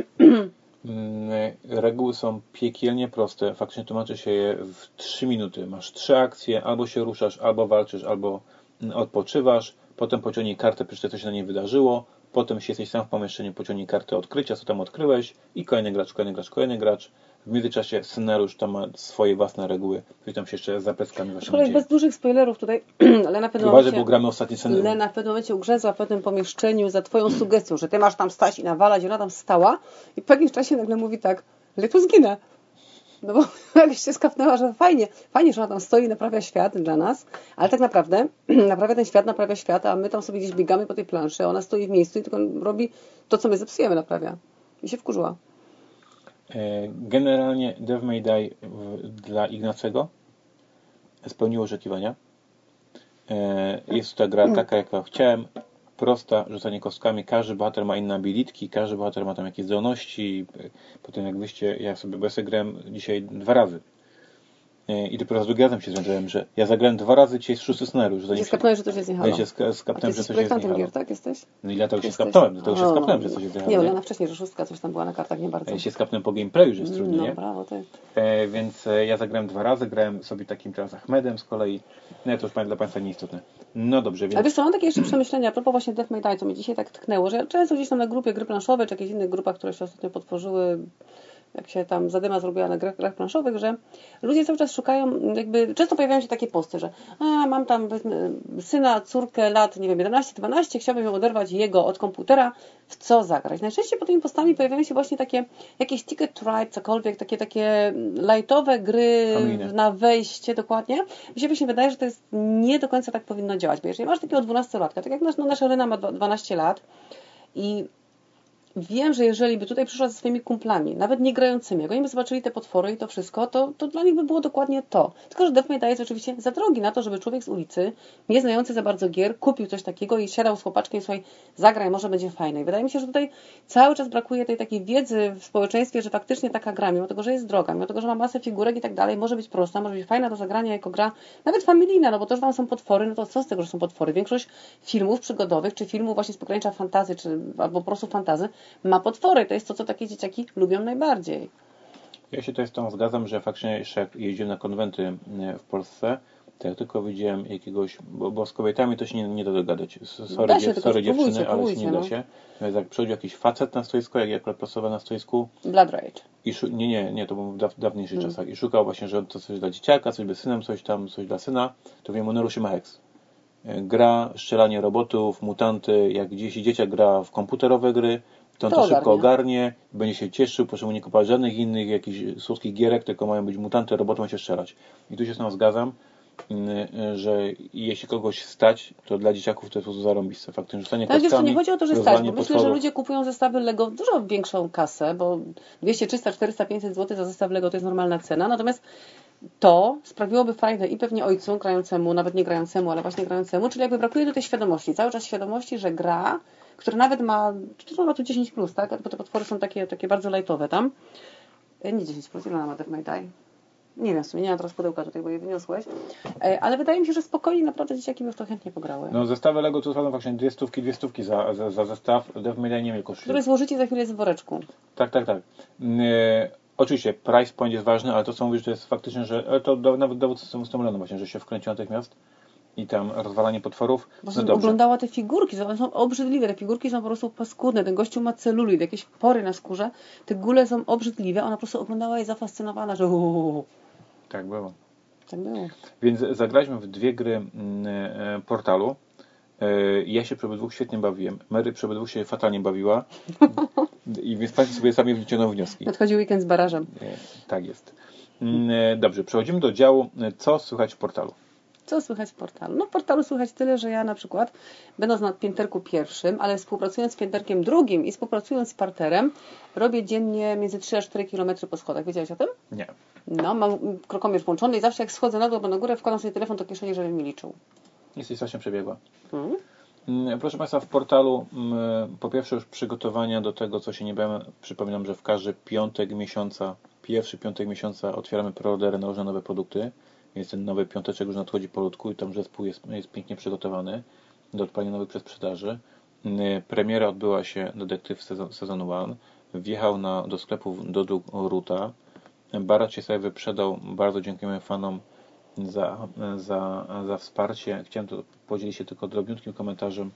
Reguły są piekielnie proste. Faktycznie tłumaczy się je w 3 minuty. Masz 3 akcje, albo się ruszasz, albo walczysz, albo odpoczywasz. Potem pociągnij kartę, przeczytaj, co się na niej wydarzyło. Potem, jeśli jesteś sam w pomieszczeniu, pociągnij kartę odkrycia, co tam odkryłeś i kolejny gracz. W międzyczasie scenariusz tam ma swoje własne reguły, które tam się jeszcze za pleckami właśnie dzieje. Bez dużych spoilerów tutaj, Lena w pewnym momencie, bo gramy ostatni scenariusz. Lena w pewnym momencie ugrzęzła w pewnym pomieszczeniu za twoją sugestią, że ty masz tam stać i nawalać, ona tam stała i po jakimś czasie nagle mówi tak, ale tu zginę. No bo jakś się skapnęła, że fajnie, że ona tam stoi i naprawia świat dla nas, ale tak naprawdę naprawia świat, a my tam sobie gdzieś biegamy po tej planszy, a ona stoi w miejscu i tylko robi to, co my zepsujemy, naprawia. I się wkurzyła. Generalnie Death May Die dla Ignacego spełniło oczekiwania. Jest to ta gra taka, jak ja chciałem. Prosta, rzucanie kostkami. Każdy bohater ma inne abilitki, każdy bohater ma tam jakieś zdolności. Potem jak wyście, bo ja sobie grałem dzisiaj 2 razy. I dopiero z drugi razem się zorientowałem, że ja zagrałem 2 razy dzisiaj z 6 scenariusz. Się skapnąłeś, że to się zjechało. Ja się skapnąłem, że coś jest zjechało. Gier, tak? Jesteś? No i dlatego się skapnąłem, że coś jest zjechało. Nie, Lena wcześniej, że 6 coś tam była na kartach, nie bardzo. Ja się skapnąłem po gameplayu, że jest trudniej, no, nie? Brawo, ty. Więc ja zagrałem 2 razy, grałem sobie takim teraz Ahmedem z kolei. No to już dla Państwa nieistotne. No dobrze, więc... Ale wiesz co, mam takie jeszcze przemyślenia a propos właśnie Death May Die, co mnie dzisiaj tak tknęło, że ja często gdzieś tam na grupie gry planszowe, czy jakichś innych grupach, które się ostatnio potworzyły, jak się tam zadyma zrobiła na grach planszowych, że ludzie cały czas szukają, jakby często pojawiają się takie posty, że mam tam syna, córkę lat, nie wiem, 11-12, chciałbym ją oderwać jego od komputera, w co zagrać. Najczęściej pod tymi postami pojawiają się właśnie takie jakieś Ticket to Ride, cokolwiek, takie lightowe gry na wejście, dokładnie. Mi się właśnie wydaje, że to jest nie do końca tak powinno działać, bo jeżeli masz takiego 12-latka, tak jak nasza Lena ma 12 lat i wiem, że jeżeli by tutaj przyszła ze swoimi kumplami, nawet nie grającymi, jak oni by zobaczyli te potwory i to wszystko, to dla nich by było dokładnie to. Tylko, że Death May Die jest oczywiście za drogi na to, żeby człowiek z ulicy, nie znający za bardzo gier, kupił coś takiego i siadał z chłopaczkiem i słuchaj, zagraj, może będzie fajne. I wydaje mi się, że tutaj cały czas brakuje tej takiej wiedzy w społeczeństwie, że faktycznie taka gra, mimo tego, że jest droga, mimo tego, że ma masę figurek i tak dalej, może być prosta, może być fajna do zagrania jako gra, nawet familijna, no bo to, że tam są potwory, no to co z tego, że są potwory? Większość filmów przygodowych, czy filmów właśnie z pogranicza fantasy, albo po prostu fantazy, ma potwory. To jest to, co takie dzieciaki lubią najbardziej. Ja się tutaj z tą zgadzam, że faktycznie jeszcze jak jeździłem na konwenty w Polsce, to jak tylko widziałem jakiegoś, bo z kobietami to się nie da dogadać. Sorry dziewczyny, ale się nie da się. Natomiast jak przychodził jakiś facet na stoisko, jak ja akurat pracowałem na stoisku. Blood Rage. Nie, to było w dawniejszych czasach. I szukał właśnie, że to coś dla dzieciaka, coś dla synem, coś dla syna, to wiem, Neruszy Mahex. Gra, strzelanie robotów, mutanty, jak gdzieś dzieciak gra w komputerowe gry, to on to szybko ogarnie, będzie się cieszył, proszę mu nie kupować żadnych innych jakichś słodkich gierek, tylko mają być mutanty, roboty, ma się strzelać. I tu się z tym zgadzam, że jeśli kogoś stać, to dla dzieciaków to jest po prostu zarąbiste. Faktycznie rzucanie kostkami, to nie chodzi o to, że stać, bo myślę, potworów. że ludzie kupują zestawy Lego dużo większą kasę, bo 200, 300, 400, 500 zł za zestaw Lego to jest normalna cena, natomiast to sprawiłoby fajne i pewnie ojcu grającemu, nawet nie grającemu, ale właśnie grającemu, czyli jakby brakuje do tej świadomości, cały czas świadomości, że gra, która nawet ma, czy ma tu 10+, tak? Bo te potwory są takie bardzo lightowe tam. Nie 10+, ile ona ma Death May Die? Nie wiem, w sumie nie mam teraz pudełka tutaj, bo je wyniosłeś. Ale wydaje mi się, że spokojnie naprawdę dzieciaki by w to chętnie pograły. No zestawy Lego to są właśnie 200 za zestaw. Devil May Cry nie wiem kosztuje. Które złożycie za chwilę jest w woreczku. Tak. Oczywiście price point jest ważny, ale to co mówisz, to jest faktycznie, że to nawet dowód z tym Leną właśnie, że się wkręcił natychmiast i tam rozwalanie potworów. Bo No dobrze. oglądała te figurki, one są obrzydliwe, te figurki są po prostu paskudne, ten gościu ma celulit, jakieś pory na skórze, te góle są obrzydliwe, ona po prostu oglądała i zafascynowana, że Tak było. Tak było. Więc zagraliśmy w 2 gry Portalu. Ja się przy obydwu świetnie bawiłem. Mary przy obydwu się fatalnie bawiła. I więc Państwo sobie sami wyciągną wnioski. Nadchodzi weekend z barażem. Tak jest. Dobrze, przechodzimy do działu, co słychać w Portalu. Co słychać w Portalu? No w Portalu słychać tyle, że ja na przykład, będąc na pięterku pierwszym, ale współpracując z pięterkiem drugim i współpracując z parterem, robię dziennie między 3 a 4 km po schodach. Wiedziałeś o tym? Nie. No, mam krokomierz włączony i zawsze jak schodzę na dół, bo na górę wkładam sobie telefon do kieszeni, żeby mi liczył. Jesteś strasznie przebiegła. Proszę Państwa, w Portalu po pierwsze już przygotowania do tego, co się niebawem, przypominam, że w każdy pierwszy piątek miesiąca otwieramy preordery na różne nowe produkty, więc ten nowy piąteczek już nadchodzi polutku i tam zespół jest pięknie przygotowany do odpalenia nowych przedsprzedaży. Premiera odbyła się Detektyw Sezon 1, wjechał do sklepów do Ruta, Barat się sobie wyprzedał, bardzo dziękujemy fanom za wsparcie. Chciałem to podzielić się tylko drobniutkim komentarzem,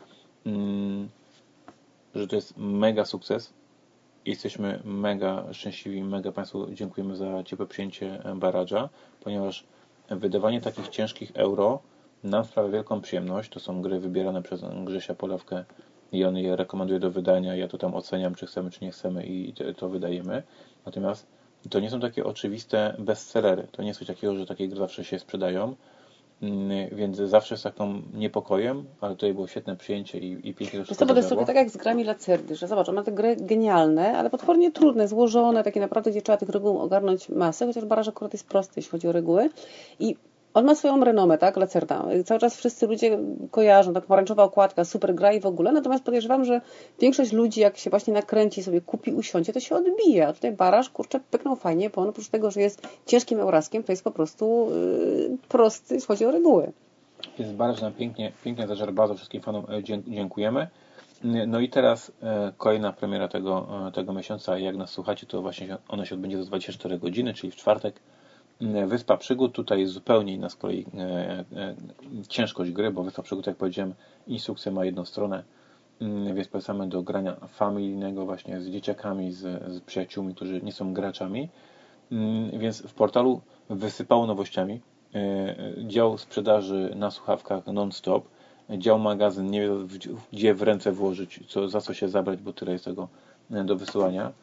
że to jest mega sukces. Jesteśmy mega szczęśliwi, mega Państwu dziękujemy za ciepłe przyjęcie Baradża, ponieważ wydawanie takich ciężkich euro nam sprawia wielką przyjemność. To są gry wybierane przez Grzesia Polawkę i on je rekomenduje do wydania. Ja to tam oceniam, czy chcemy, czy nie chcemy i to wydajemy. Natomiast to nie są takie oczywiste bestsellery. To nie jest coś takiego, że takie gry zawsze się sprzedają. Więc zawsze z takim niepokojem, ale tutaj było świetne przyjęcie i pięknie to wszystko to jest trochę tak jak z grami Lacerdy, że zobacz, on ma te gry genialne, ale potwornie trudne, złożone, takie naprawdę, gdzie trzeba tych reguł ogarnąć masę, chociaż Baraż akurat jest prosty, jeśli chodzi o reguły. I on ma swoją renomę, tak, Lacerda. Cały czas wszyscy ludzie kojarzą, tak pomarańczowa okładka, super gra i w ogóle, natomiast podejrzewam, że większość ludzi, jak się właśnie nakręci, sobie kupi, usiądzie, to się odbije. A tutaj Baraż, kurczę, pyknął fajnie, bo on oprócz tego, że jest ciężkim euraskiem, to jest po prostu prosty, jeśli chodzi o reguły. Jest Baraż nam pięknie zażar, bardzo wszystkim fanom dziękujemy. No i teraz kolejna premiera tego miesiąca. Jak nas słuchacie, to właśnie ona się odbędzie za 24 godziny, czyli w czwartek. Wyspa Przygód. Tutaj jest zupełnie inna z kolei ciężkość gry, bo Wyspa Przygód, jak powiedziałem, instrukcja ma jedną stronę, więc polecamy do grania familijnego właśnie z dzieciakami, z przyjaciółmi, którzy nie są graczami. Więc w Portalu wysypało nowościami. Dział sprzedaży na słuchawkach non-stop, dział magazyn, nie wie gdzie w ręce włożyć, za co się zabrać, bo tyle jest tego do wysyłania.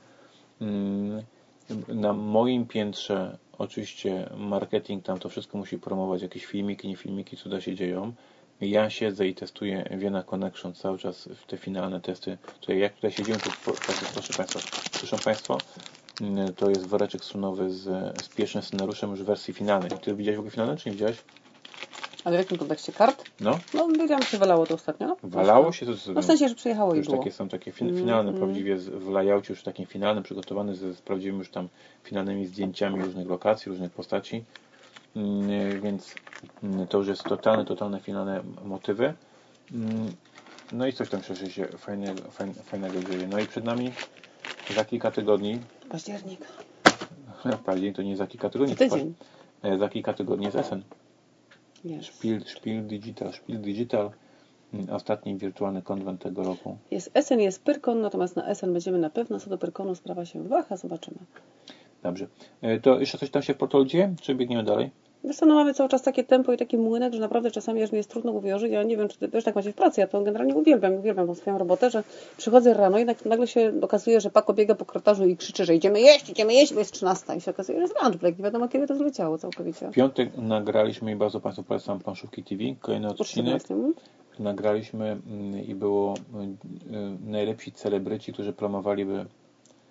Na moim piętrze oczywiście marketing tam to wszystko musi promować, jakieś filmiki, nie filmiki, cuda się dzieją. Ja siedzę i testuję Vienna Connection cały czas w te finalne testy. Jak tutaj siedzimy, to proszę Państwa, słyszą Państwo, to jest woreczek strunowy z pierwszym scenariuszem już w wersji finalnej. Ty widziałeś w ogóle finalne, czy nie widziałeś? Ale w jakim kontekście? Kart? No. No, wiedziałam, że się walało to ostatnio. Walało się? No w sensie, że przyjechało i już było. Takie są takie finalne, prawdziwie w layoutie już takim finalnym, przygotowany z prawdziwymi już tam finalnymi zdjęciami różnych lokacji, różnych postaci. Więc to już jest totalne finalne motywy. No i coś tam się fajnego dzieje. No i przed nami za kilka tygodni. Październik. Październik to nie za kilka tygodni. Tydzień. Za kilka tygodni jest Essen. Yes. Spiel Digital. Ostatni wirtualny konwent tego roku. Jest Essen, jest Pyrkon, natomiast na Essen będziemy na pewno. Co do Pyrkonu sprawa się waha, zobaczymy. Dobrze. To jeszcze coś tam się w Portalu dzieje? Czy biegniemy dalej? Wiesz co, no mamy cały czas takie tempo i taki młynek, że naprawdę czasami aż mi jest trudno uwierzyć. Ja nie wiem, czy ty też tak macie w pracy. Ja to generalnie uwielbiam tą swoją robotę, że przychodzę rano i nagle się okazuje, że Paco biega po korytarzu i krzyczy, że idziemy jeść, bo jest 13. I się okazuje, że jest lunch break. Nie wiadomo, kiedy to zleciało całkowicie. W piątek nagraliśmy i bardzo Państwu polecam Planszówki TV. Kolejny odcinek. Nagraliśmy i było najlepsi celebryci, którzy promowaliby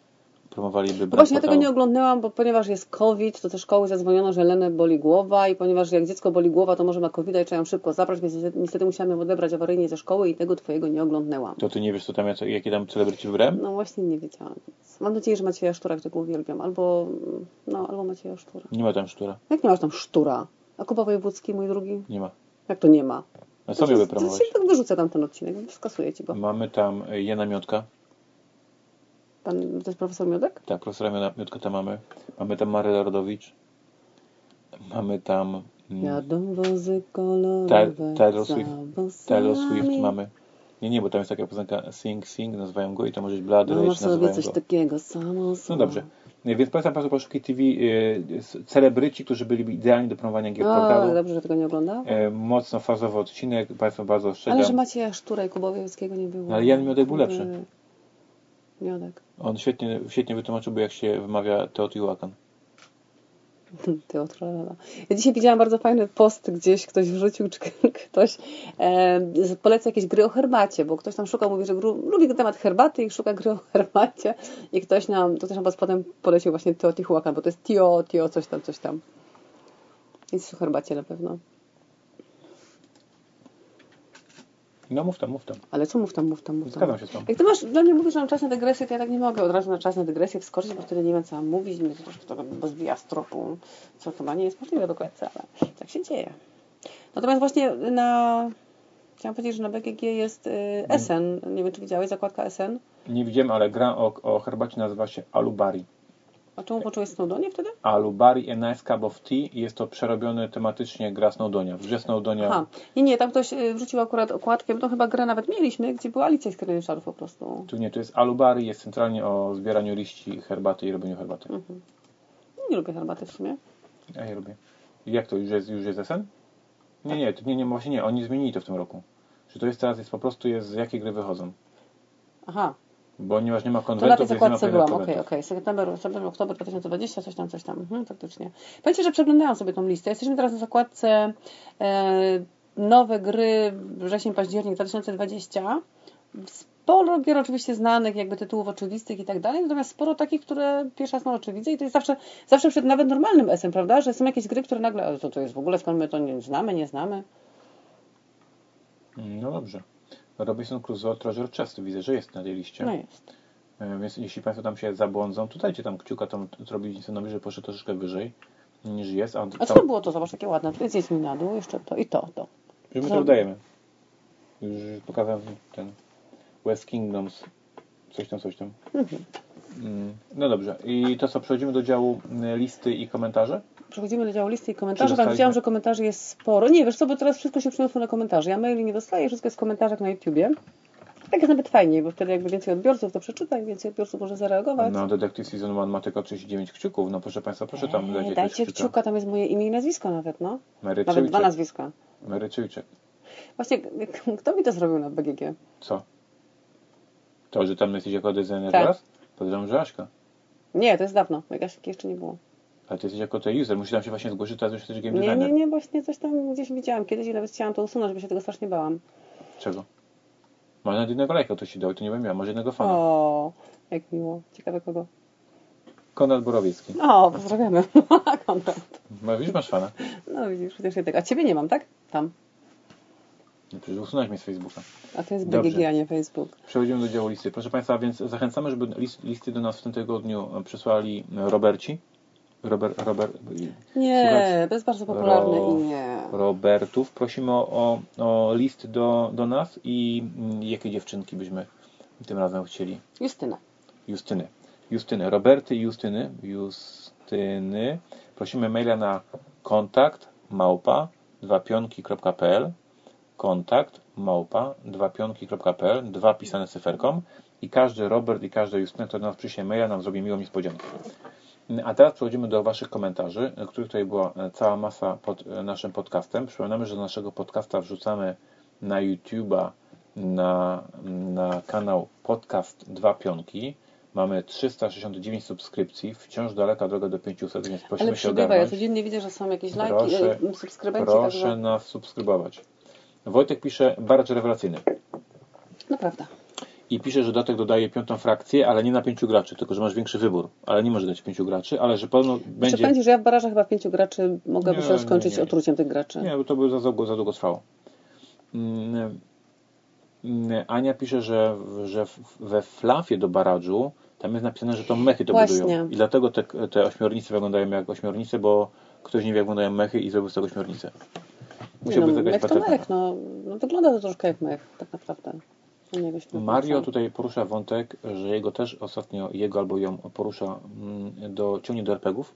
promowaliby Właśnie ja tego nie oglądałam, bo ponieważ jest COVID, to te szkoły zadzwoniono, że Lenę boli głowa i ponieważ jak dziecko boli głowa, to może ma COVID-a i trzeba ją szybko zabrać, więc niestety musiałam ją odebrać awaryjnie ze szkoły i tego twojego nie oglądnęłam. To ty nie wiesz, co tam, jakie tam celebryci wybrałem? No właśnie nie wiedziałam. Mam nadzieję, że Macieja Sztura, którego uwielbiam. Albo Macieja Sztura. Nie ma tam Sztura. Jak nie masz tam Sztura? A Kuba Wojewódzki, mój drugi? Nie ma. Jak to nie ma? A co miałby promować? To się tak wyrzucę tam ten odcinek, skasuję ci go. Mamy tam Jana Miotka. To jest profesor Miodek? Tak, profesora Miotka tam mamy. Mamy tam Marylę Rodowicz. Mamy tam... Jadą wozy kolorowe Taylor Swift mamy. Nie, bo tam jest taka piosenka Sing, nazywają go i to może być Blood Rage, nazywają sobie coś go. takiego samo. No dobrze. Więc polecam Państwu Poszukaj TV celebryci, którzy byli idealni do promowania gier portalu. Dobrze, że tego nie ogląda. Mocno fazowy odcinek, Państwa bardzo ostrzegam. Ale że Macieja Sztura i Kuba Wojewódzkiego nie było. Ale Jan Miodek był lepszy. Miodek. On świetnie wytłumaczyłby, jak się wymawia Teotihuacan. Teotrala. Ja dzisiaj widziałam bardzo fajny post, gdzieś ktoś wrzucił, czy ktoś poleca jakieś gry o herbacie, bo ktoś tam szuka, mówi, że lubi temat herbaty i szuka gry o herbacie i ktoś nam, to też nam potem polecił właśnie Teotihuacan, bo to jest Tio, coś tam. Jest o herbacie na pewno. No mów tam. Ale co mów tam? Zgadzam się z tą. Jak ty masz, dla mnie mówisz, że mam czas na dygresję, to ja tak nie mogę od razu na czas na dygresję wskoczyć, bo wtedy nie wiem, co mam mówić, mnie to troszkę to zbija z tropu, co chyba nie jest możliwe do końca, ale tak się dzieje. Natomiast właśnie chciałam powiedzieć, że na BGG jest SN, nie wiem, czy widziałeś, zakładka SN? Nie widziałem, ale gra o herbacie nazywa się Alubari. A czemu poczułeś Snowdonia wtedy? Alubari, a Nice Cup of Tea, jest to przerobiony tematycznie gra Snowdonia. W grze Snowdonia... Aha. Nie, tam ktoś wrzucił akurat okładkę, bo to chyba grę nawet mieliśmy, gdzie była Alicja z Krainy Czarów po prostu. Tu nie, to jest Alubari, jest centralnie o zbieraniu liści herbaty i robieniu herbaty. Mhm. Nie lubię herbaty w sumie. A ja lubię. Jak to? Już jest SN? Nie, właśnie nie, oni zmienili to w tym roku. Że to jest teraz, po prostu z jakie gry wychodzą. Aha. Bo ponieważ nie ma To konwentów, na tej więc nie ma zakładce byłam, konwentów. okej. September, oktober 2020, coś tam. Faktycznie. Powiedzcie, że przeglądałam sobie tą listę. Jesteśmy teraz na zakładce nowe gry wrzesień, październik 2020. Sporo gier oczywiście znanych, jakby tytułów oczywistych i tak dalej, natomiast sporo takich, które pierwszy raz na oczy widzę i to jest zawsze przed nawet normalnym SM, prawda? Że są jakieś gry, które nagle, ale co to jest w ogóle, skąd my to nie znamy? No dobrze. Robinson Crusoe Treasure Chest widzę, że jest na tej liście. No jest. Więc jeśli Państwo tam się zabłądzą, to dajcie tam kciuka, tam Robinssonowi, że poszedł troszeczkę wyżej niż jest. A co to było to? Zobacz, takie ładne. Tu jest mi na dół, jeszcze to i to. Że my to dodajemy. Już pokazałem ten West Kingdoms, coś tam. Mhm. No dobrze. I to co, przechodzimy do działu listy i komentarze? Przechodzimy do działu listy i komentarzy. Tam widziałam, że komentarzy jest sporo. Nie, wiesz co, bo teraz wszystko się przyniosło na komentarze. Ja maili nie dostaję, wszystko jest w komentarzach na YouTubie. Tak jest nawet fajniej, bo wtedy jakby więcej odbiorców to przeczyta i więcej odbiorców może zareagować. No, Detective Season 1 ma tylko 39 kciuków. No proszę Państwa, proszę tam dajcie kciuka, tam jest moje imię i nazwisko nawet, no. Nawet 2 nazwiska. Mary Czujczyk. Właśnie, kto mi to zrobił na BGG? Co? To, że tam jesteś jako designer tak. teraz? Podejrzewam, że Aśka. Nie, to jest dawno. Jaśki jeszcze nie było. Ale ty jesteś jako ten user, musisz tam się właśnie zgłosić, teraz już jesteś game designer. Nie, właśnie coś tam gdzieś widziałam kiedyś i nawet chciałam to usunąć, bo się tego strasznie bałam. Czego? Może nawet jednego lajka to ci dał i to nie wiem ja, może jednego fana. O, jak miło. Ciekawe kogo. Konrad Borowiecki. O, pozdrawiamy. Konrad. No, widzisz, masz fana. No widzisz, chociaż ja tego. A ciebie nie mam, tak? Tam. No, przecież usunąłeś mnie z Facebooka. A to jest BGG, a nie Facebook. Przechodzimy do działu listy. Proszę Państwa, więc zachęcamy, żeby listy do nas w tym tygodniu przysłali Roberci. Robert. Nie, Słuchajcie, to jest bardzo popularne imię. Robertów. Prosimy o list do nas i jakie dziewczynki byśmy tym razem chcieli. Justyny. Roberty i Justyny. Prosimy maila na kontakt@2pionki.pl kontakt@2pionki.pl 2 pisane cyferką i każdy Robert i każda Justyna, który do nas przyśle maila, nam zrobi miłą niespodziankę. A teraz przechodzimy do Waszych komentarzy, których tutaj była cała masa pod naszym podcastem. Przypominamy, że do naszego podcasta wrzucamy na YouTube'a na kanał Podcast 2 Pionki. Mamy 369 subskrypcji, wciąż daleka droga do 500, więc prosimy się ogarnąć. Ja codziennie widzę, że są jakieś lajki, subskrybenci. Proszę nas subskrybować. Wojtek pisze, bardzo rewelacyjny. No prawda. I pisze, że dodatek dodaje 5. frakcję, ale nie na 5 graczy, tylko że masz większy wybór. Ale nie może dać 5 graczy, ale że pewno będzie... Pamięci, że ja w barażach chyba 5 graczy mogłaby się skończyć otruciem tych graczy. Nie, bo to by za długo trwało. Ania pisze, że we flafie do barażu tam jest napisane, że to mechy to budują. I dlatego te ośmiornice wyglądają jak ośmiornice, bo ktoś nie wie, jak wyglądają mechy i zrobił z tego ośmiornicę. Musiałby mech to mech. No, wygląda to troszkę jak mech, tak naprawdę. Mario tutaj porusza wątek, że jego też ostatnio, albo ją porusza, ciągnie do RPGów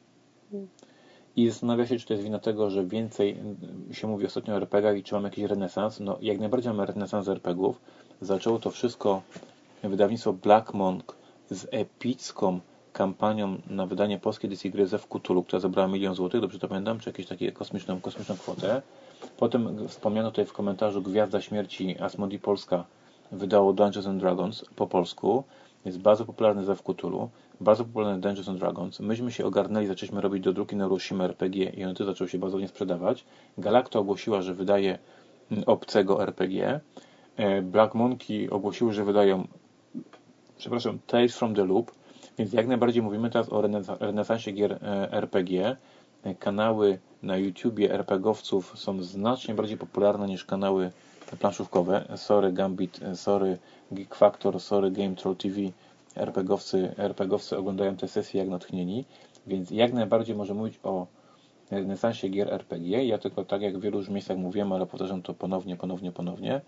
i zastanawia się, czy to jest wina tego, że więcej się mówi ostatnio o RPGach i czy mamy jakiś renesans. No, jak najbardziej mamy renesans RPGów. Zaczęło to wszystko wydawnictwo Black Monk z epicką kampanią na wydanie polskiej edycji gry Zew Cthulhu, która zebrała 1 000 000 złotych, dobrze to pamiętam, czy jakąś taką kosmiczną kwotę. Potem wspomniano tutaj w komentarzu Gwiazda Śmierci Asmodee Polska wydało Dungeons and Dragons po polsku. Jest bardzo popularny Zew Cthulhu, bardzo popularny Dungeons and Dragons. Myśmy się ogarnęli, zaczęliśmy robić dodruki na Neuroshima RPG i one też zaczęły się bardzo nie sprzedawać. Galacta ogłosiła, że wydaje obcego RPG. Black Monkey ogłosiły, że wydają Tales from the Loop, więc jak najbardziej mówimy teraz o renesansie gier RPG. Kanały na YouTubie RPGowców są znacznie bardziej popularne niż kanały planszówkowe. Sorry Gambit, sorry Geek Factor, sorry Game Troll TV. RPGowcy oglądają te sesje jak natchnieni, więc jak najbardziej może mówić o renesansie gier RPG. Ja tylko tak jak w wielu już miejscach mówiłem, ale powtarzam to ponownie.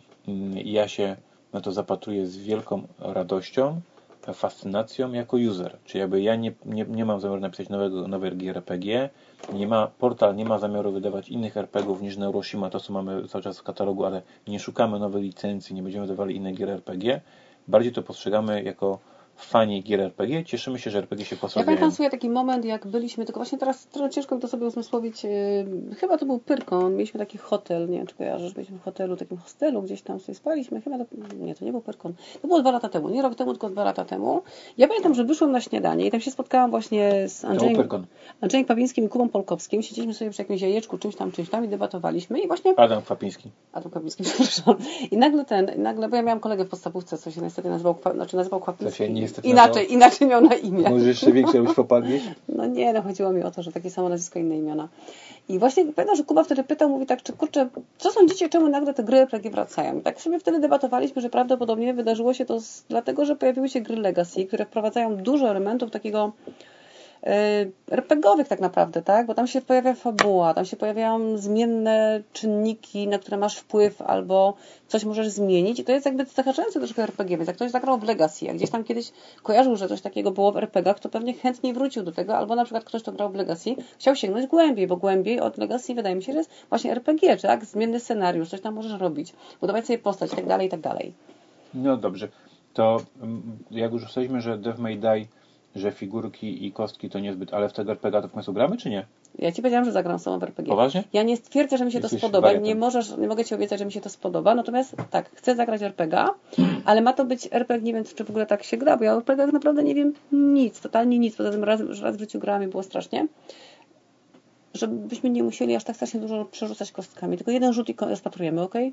Ja się na to zapatruję z wielką radością, fascynacją jako user. Czyli jakby ja nie mam zamiaru napisać nowej gier RPG, portal nie ma zamiaru wydawać innych RPGów niż Neuroshima, to co mamy cały czas w katalogu, ale nie szukamy nowej licencji, nie będziemy wydawali innych gier RPG. Bardziej to postrzegamy jako fani gier RPG. Cieszymy się, że RPG się posłabiają. Ja pamiętam sobie taki moment, jak byliśmy, tylko właśnie teraz trochę ciężko mi to sobie uzmysłowić, chyba to był Pyrkon, mieliśmy taki hotel, nie wiem czy kojarzysz, byliśmy w hotelu, takim hostelu, gdzieś tam sobie spaliśmy, chyba to nie był Pyrkon, to było 2 lata temu, nie rok temu, tylko 2 lata temu. Ja pamiętam, że wyszłam na śniadanie i tam się spotkałam właśnie z Andrzejem Kwapińskim i Kubą Polkowskim, siedzieliśmy sobie przy jakimś jajeczku, czymś tam i debatowaliśmy i właśnie... Adam Kwapiński, przepraszam. I nagle, bo ja miałam kolegę w podstawówce, co się niestety nazywał Kwapiński. Inaczej miał na imię. Może jeszcze większe robić popadnieś? No nie, chodziło mi o to, że takie samo nazwisko, inne imiona. I właśnie pamiętam, że Kuba wtedy pytał, mówi tak, czy kurczę, co sądzicie, czemu nagle te gry RPG wracają? I tak sobie wtedy debatowaliśmy, że prawdopodobnie wydarzyło się to dlatego, że pojawiły się gry Legacy, które wprowadzają dużo elementów takiego RPG-owych tak naprawdę, tak? Bo tam się pojawia fabuła, tam się pojawiają zmienne czynniki, na które masz wpływ albo coś możesz zmienić i to jest jakby zahaczające troszkę RPG, więc jak ktoś zagrał w Legacy, jak gdzieś tam kiedyś kojarzył, że coś takiego było w RPG-ach, to pewnie chętniej wrócił do tego, albo na przykład ktoś, kto grał w Legacy, chciał sięgnąć głębiej, bo głębiej od Legacy wydaje mi się, że jest właśnie RPG, tak? Zmienny scenariusz, coś tam możesz robić, budować sobie postać i tak dalej. No dobrze, to jak już ustaliliśmy, że Death May Die, że figurki i kostki to niezbyt, ale w tego RPG to w końcu gramy, czy nie? Ja Ci powiedziałam, że zagram z tobą w RPG. Poważnie? Ja nie stwierdzę, że mi się to spodoba. Nie mogę Ci obiecać, że mi się to spodoba. Natomiast tak, chcę zagrać RPG, ale ma to być RPG, nie wiem, czy w ogóle tak się gra, bo ja o RPG tak naprawdę nie wiem nic, totalnie nic. Poza tym raz w życiu grałam i było strasznie. Żebyśmy nie musieli aż tak strasznie dużo przerzucać kostkami. Tylko jeden rzut i rozpatrujemy, ok?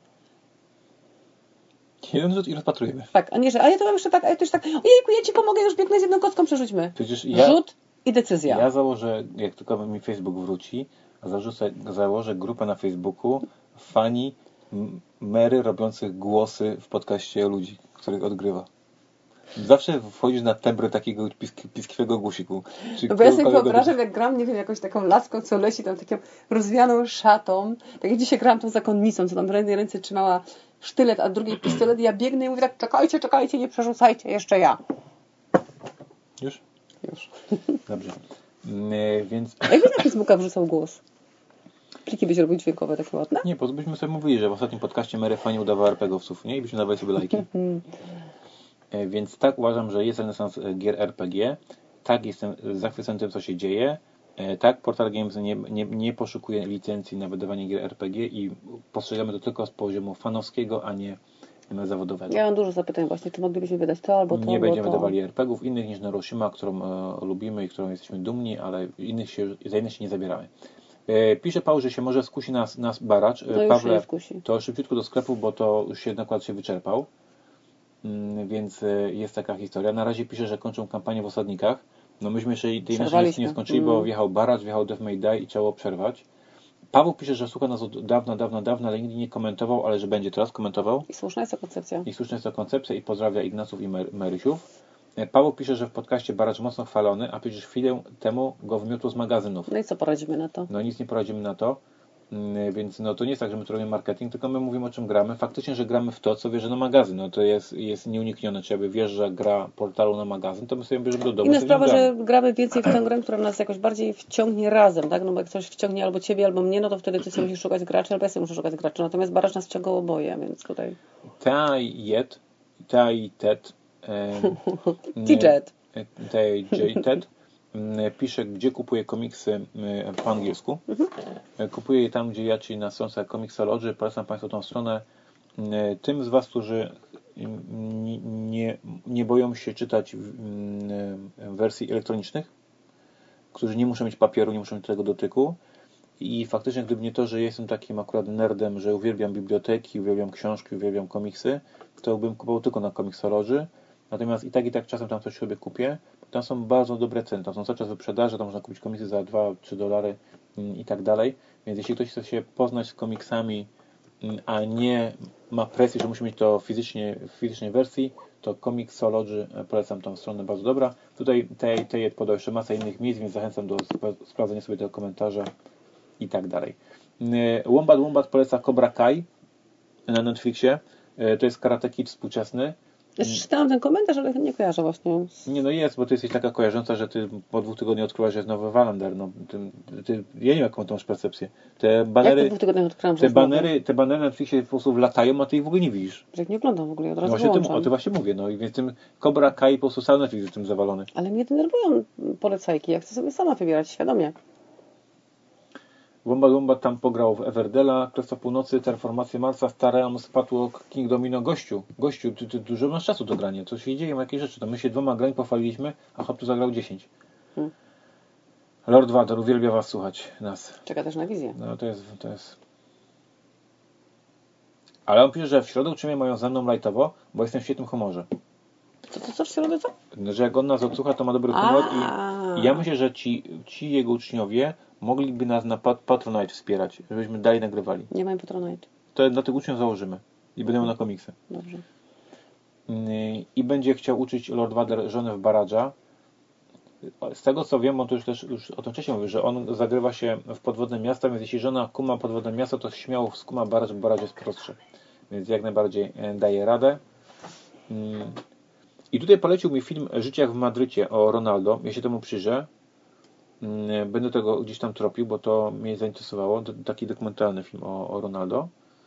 Jeden rzut i rozpatrujemy. Tak, a nie, że ja to mam jeszcze tak, a ja też tak, ojejku, ja Ci pomogę, już biegnę z jedną kostką, przerzućmy. Rzut i decyzja. Ja założę, jak tylko mi Facebook wróci, założę grupę na Facebooku fani Mary robiących głosy w podcaście ludzi, których odgrywa. Zawsze wchodzisz na tembry takiego piskliwego gusiku. No bo ja sobie wyobrażam, jak gram, nie wiem, jakąś taką laską, co leci tam taką rozwianą szatą. Tak jak dzisiaj grałam tą zakonnicą, co tam w jednej ręce trzymała sztylet, a w drugiej pistolet. I ja biegnę i mówię tak, czekajcie, nie przerzucajcie, jeszcze ja. Już. Dobrze. Więc... A jakbyś na Facebooka wrzucał głos? Pliki byś robił dźwiękowe, takie ładne? Nie, bo byśmy sobie mówili, że w ostatnim podcaście Mary fajnie udawała RPGowców, nie? I byśmy dawali sobie lajki. Więc tak uważam, że jest renesans gier RPG. Tak jestem zachwycony tym, co się dzieje. Tak, Portal Games nie poszukuje licencji na wydawanie gier RPG i postrzegamy to tylko z poziomu fanowskiego, a nie zawodowego. Ja mam dużo zapytań właśnie, czy moglibyśmy wydać to albo to. Nie będziemy dawali RPGów innych niż Neuroshima, którą lubimy i którą jesteśmy dumni, ale za innych się nie zabieramy. Pisze Paweł, że się może skusi nas baracz. No Pawle, już skusi. to szybciutko do sklepu, bo to już się nakład się wyczerpał. więc jest taka historia. Na razie pisze, że kończą kampanię w Osadnikach. No myśmy jeszcze tej naszej nie skończyli, bo wjechał Barracz, wjechał Death May Die i trzeba było przerwać. Paweł pisze, że słucha nas od dawna, ale nigdy nie komentował, ale że będzie teraz komentował. I słuszna jest to koncepcja. I pozdrawia Ignaców i Marysiów. Paweł pisze, że w podcaście Barracz mocno chwalony, a przecież chwilę temu go wymiotło z magazynów. No i co poradzimy na to? No nic nie poradzimy na to. Więc no to nie jest tak, że my tu robimy marketing, tylko my mówimy, o czym gramy. Faktycznie, że gramy w to, co bierze na magazyn. No to jest nieuniknione. Czy jakby wjeżdża gra portalu na magazyn, to my sobie bierzemy do domu. Inna sprawa, że gramy więcej w tę grę, która nas jakoś bardziej wciągnie razem, tak? No bo jak coś wciągnie albo ciebie, albo mnie, no to wtedy ty sobie musisz szukać graczy, albo ja sobie muszę szukać graczy. Natomiast Barracz nas wciągał oboje, więc tutaj... Ted pisze, gdzie kupuje komiksy po angielsku. Kupuję je tam, gdzie ja, czyli na stronce Comixology. Polecam Państwu tą stronę. Tym z Was, którzy nie boją się czytać wersji elektronicznych, którzy nie muszą mieć papieru, nie muszą mieć tego dotyku. I faktycznie, gdyby nie to, że jestem takim akurat nerdem, że uwielbiam biblioteki, uwielbiam książki, uwielbiam komiksy, to bym kupował tylko na Comixology. Natomiast i tak czasem tam coś sobie kupię. Tam są bardzo dobre ceny. Tam są cały czas wyprzedaże, tam można kupić komiksy za $2-3 i tak dalej. Więc jeśli ktoś chce się poznać z komiksami, a nie ma presji, że musi mieć to w fizycznej wersji, to Comixology, polecam tą stronę, bardzo dobra. Tutaj tej podał jeszcze masę innych miejsc, więc zachęcam do sprawdzenia sobie tego komentarza i tak dalej. Wombat poleca Cobra Kai na Netflixie. To jest Karate Kid współczesny. Czytałam ten komentarz, ale nie kojarzę właśnie. Nie, no jest, bo ty jesteś taka kojarząca, że ty po 2 tygodniach odkryłaś, że jest nowy Wallander. No, ja nie wiem, jaką tą masz percepcję. Te banery, jak po 2 tygodniach odkryłam, te banery na Netflixie po prostu latają, a ty ich w ogóle nie widzisz. Jak nie oglądam w ogóle, ja od razu no o tym właśnie mówię. No i więc tym Cobra Kai po prostu cały Netflix jest tym zawalony. Ale mnie denerwują polecajki, ja chcę sobie sama wybierać, świadomie. Wombat tam pograł w Everdela, Królestwo Północy, Terraformację Marsa, Stareon, Spatłok, King Domino. Gościu, ty dużo masz czasu do grania. Co się dzieje, jakieś rzeczy. To my się 2 grań pochwaliliśmy, a Hop tu zagrał 10. Lord Vader, uwielbia Was słuchać, nas. Czeka też na wizję. No to jest... Ale on pisze, że w środę uczniowie mają ze mną lajtowo, bo jestem w świetnym humorze. Co w środę co? Że jak on nas odsłucha, to ma dobry humor i ja myślę, że ci jego uczniowie mogliby nas na Patronite wspierać, żebyśmy dalej nagrywali. Nie mam Patronite. To dla tych uczniów założymy i będą na komiksy. Dobrze. I będzie chciał uczyć Lord Vader żonę w Barracza. Z tego co wiem, on to już o tym wcześniej mówił, że on zagrywa się w podwodne miasta, więc jeśli żona kuma podwodne miasto, to śmiało skuma Barracz, bo Barracz jest prostszy. Więc jak najbardziej daje radę. I tutaj polecił mi film Życie jak w Madrycie o Ronaldo. Ja się temu przyjrzę. Będę tego gdzieś tam tropił, bo to mnie zainteresowało. Taki dokumentalny film o Ronaldo.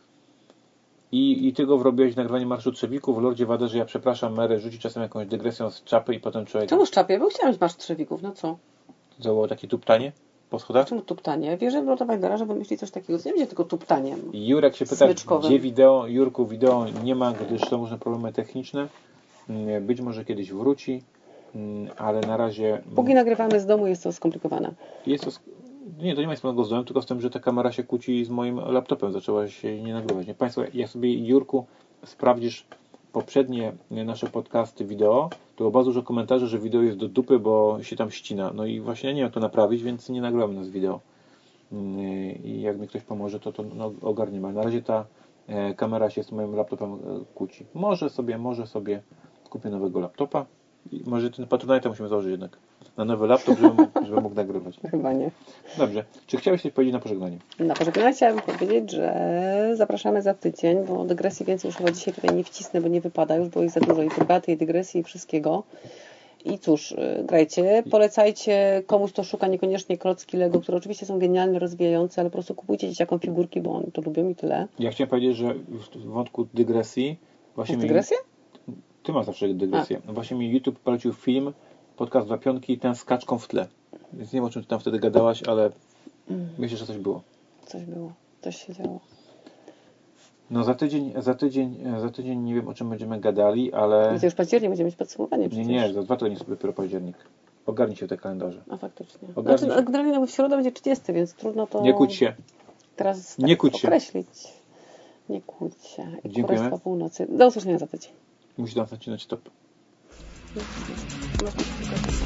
I ty go wrobiłeś w nagrywanie Marszu Trzewików. W Lordzie Vaderze, ja przepraszam, Mary rzuci czasem jakąś dygresją z czapy i potem człowiek... Czemu z czapy? Bo chciałem z Marsz Trzewików, no co? To było takie tuptanie po schodach? Czemu tuptanie? Wierzę w Lorda Vadera, że wymyśli coś takiego. Nie będzie tylko tuptaniem. Jurek się pyta, gdzie wideo? Jurku, wideo nie ma, gdyż są różne problemy techniczne. Być może kiedyś wróci, ale na razie... Póki nagrywamy z domu, jest to skomplikowane. Nie, to nie ma wspólnego z domem, tylko z tym, że ta kamera się kłóci z moim laptopem. Zaczęła się nie nagrywać. Nie? Państwo, jak sobie, Jurku, sprawdzisz poprzednie nasze podcasty wideo, to bardzo dużo komentarzy, że wideo jest do dupy, bo się tam ścina. No i właśnie ja nie wiem, jak to naprawić, więc nie nagramy nas wideo. I jak mi ktoś pomoże, to ogarniemy. Ale na razie ta kamera się z moim laptopem kłóci. Może sobie kupię nowego laptopa. I może ten Patronite musimy założyć jednak na nowy laptop, żeby mógł nagrywać. Chyba nie. Dobrze. Czy chciałeś coś powiedzieć na pożegnanie? Na pożegnanie chciałabym powiedzieć, że zapraszamy za tydzień, bo dygresji więcej już chyba dzisiaj tutaj nie wcisnę, bo nie wypada. Już było ich za dużo i debaty, i dygresji, i wszystkiego. I cóż, grajcie, polecajcie komuś, kto szuka niekoniecznie klocki Lego, które oczywiście są genialnie rozwijające, ale po prostu kupujcie dzieciakom figurki, bo oni to lubią i tyle. Ja chciałem powiedzieć, że w wątku dygresji... Masz dygresję? Ty masz zawsze dygresję. Właśnie mi YouTube polecił film, podcast 2 pionki, ten z kaczką w tle. Więc nie wiem, o czym ty tam wtedy gadałaś, ale myślę, że coś było. Coś się działo. No za tydzień nie wiem, o czym będziemy gadali, ale... Więc już październik będziemy mieć podsumowanie przecież. Nie, za 2 tygodnie jest dopiero październik. Ogarnij się te kalendarze. A faktycznie. Znaczy, generalnie w środę będzie 30, więc trudno to... Nie kłóć się. Teraz nie kłóć się. określić. Nie kłóć się. Dziękujemy. Królestwo Północy. Do usłyszenia za tydzień. Musi tam nacinać stop. No,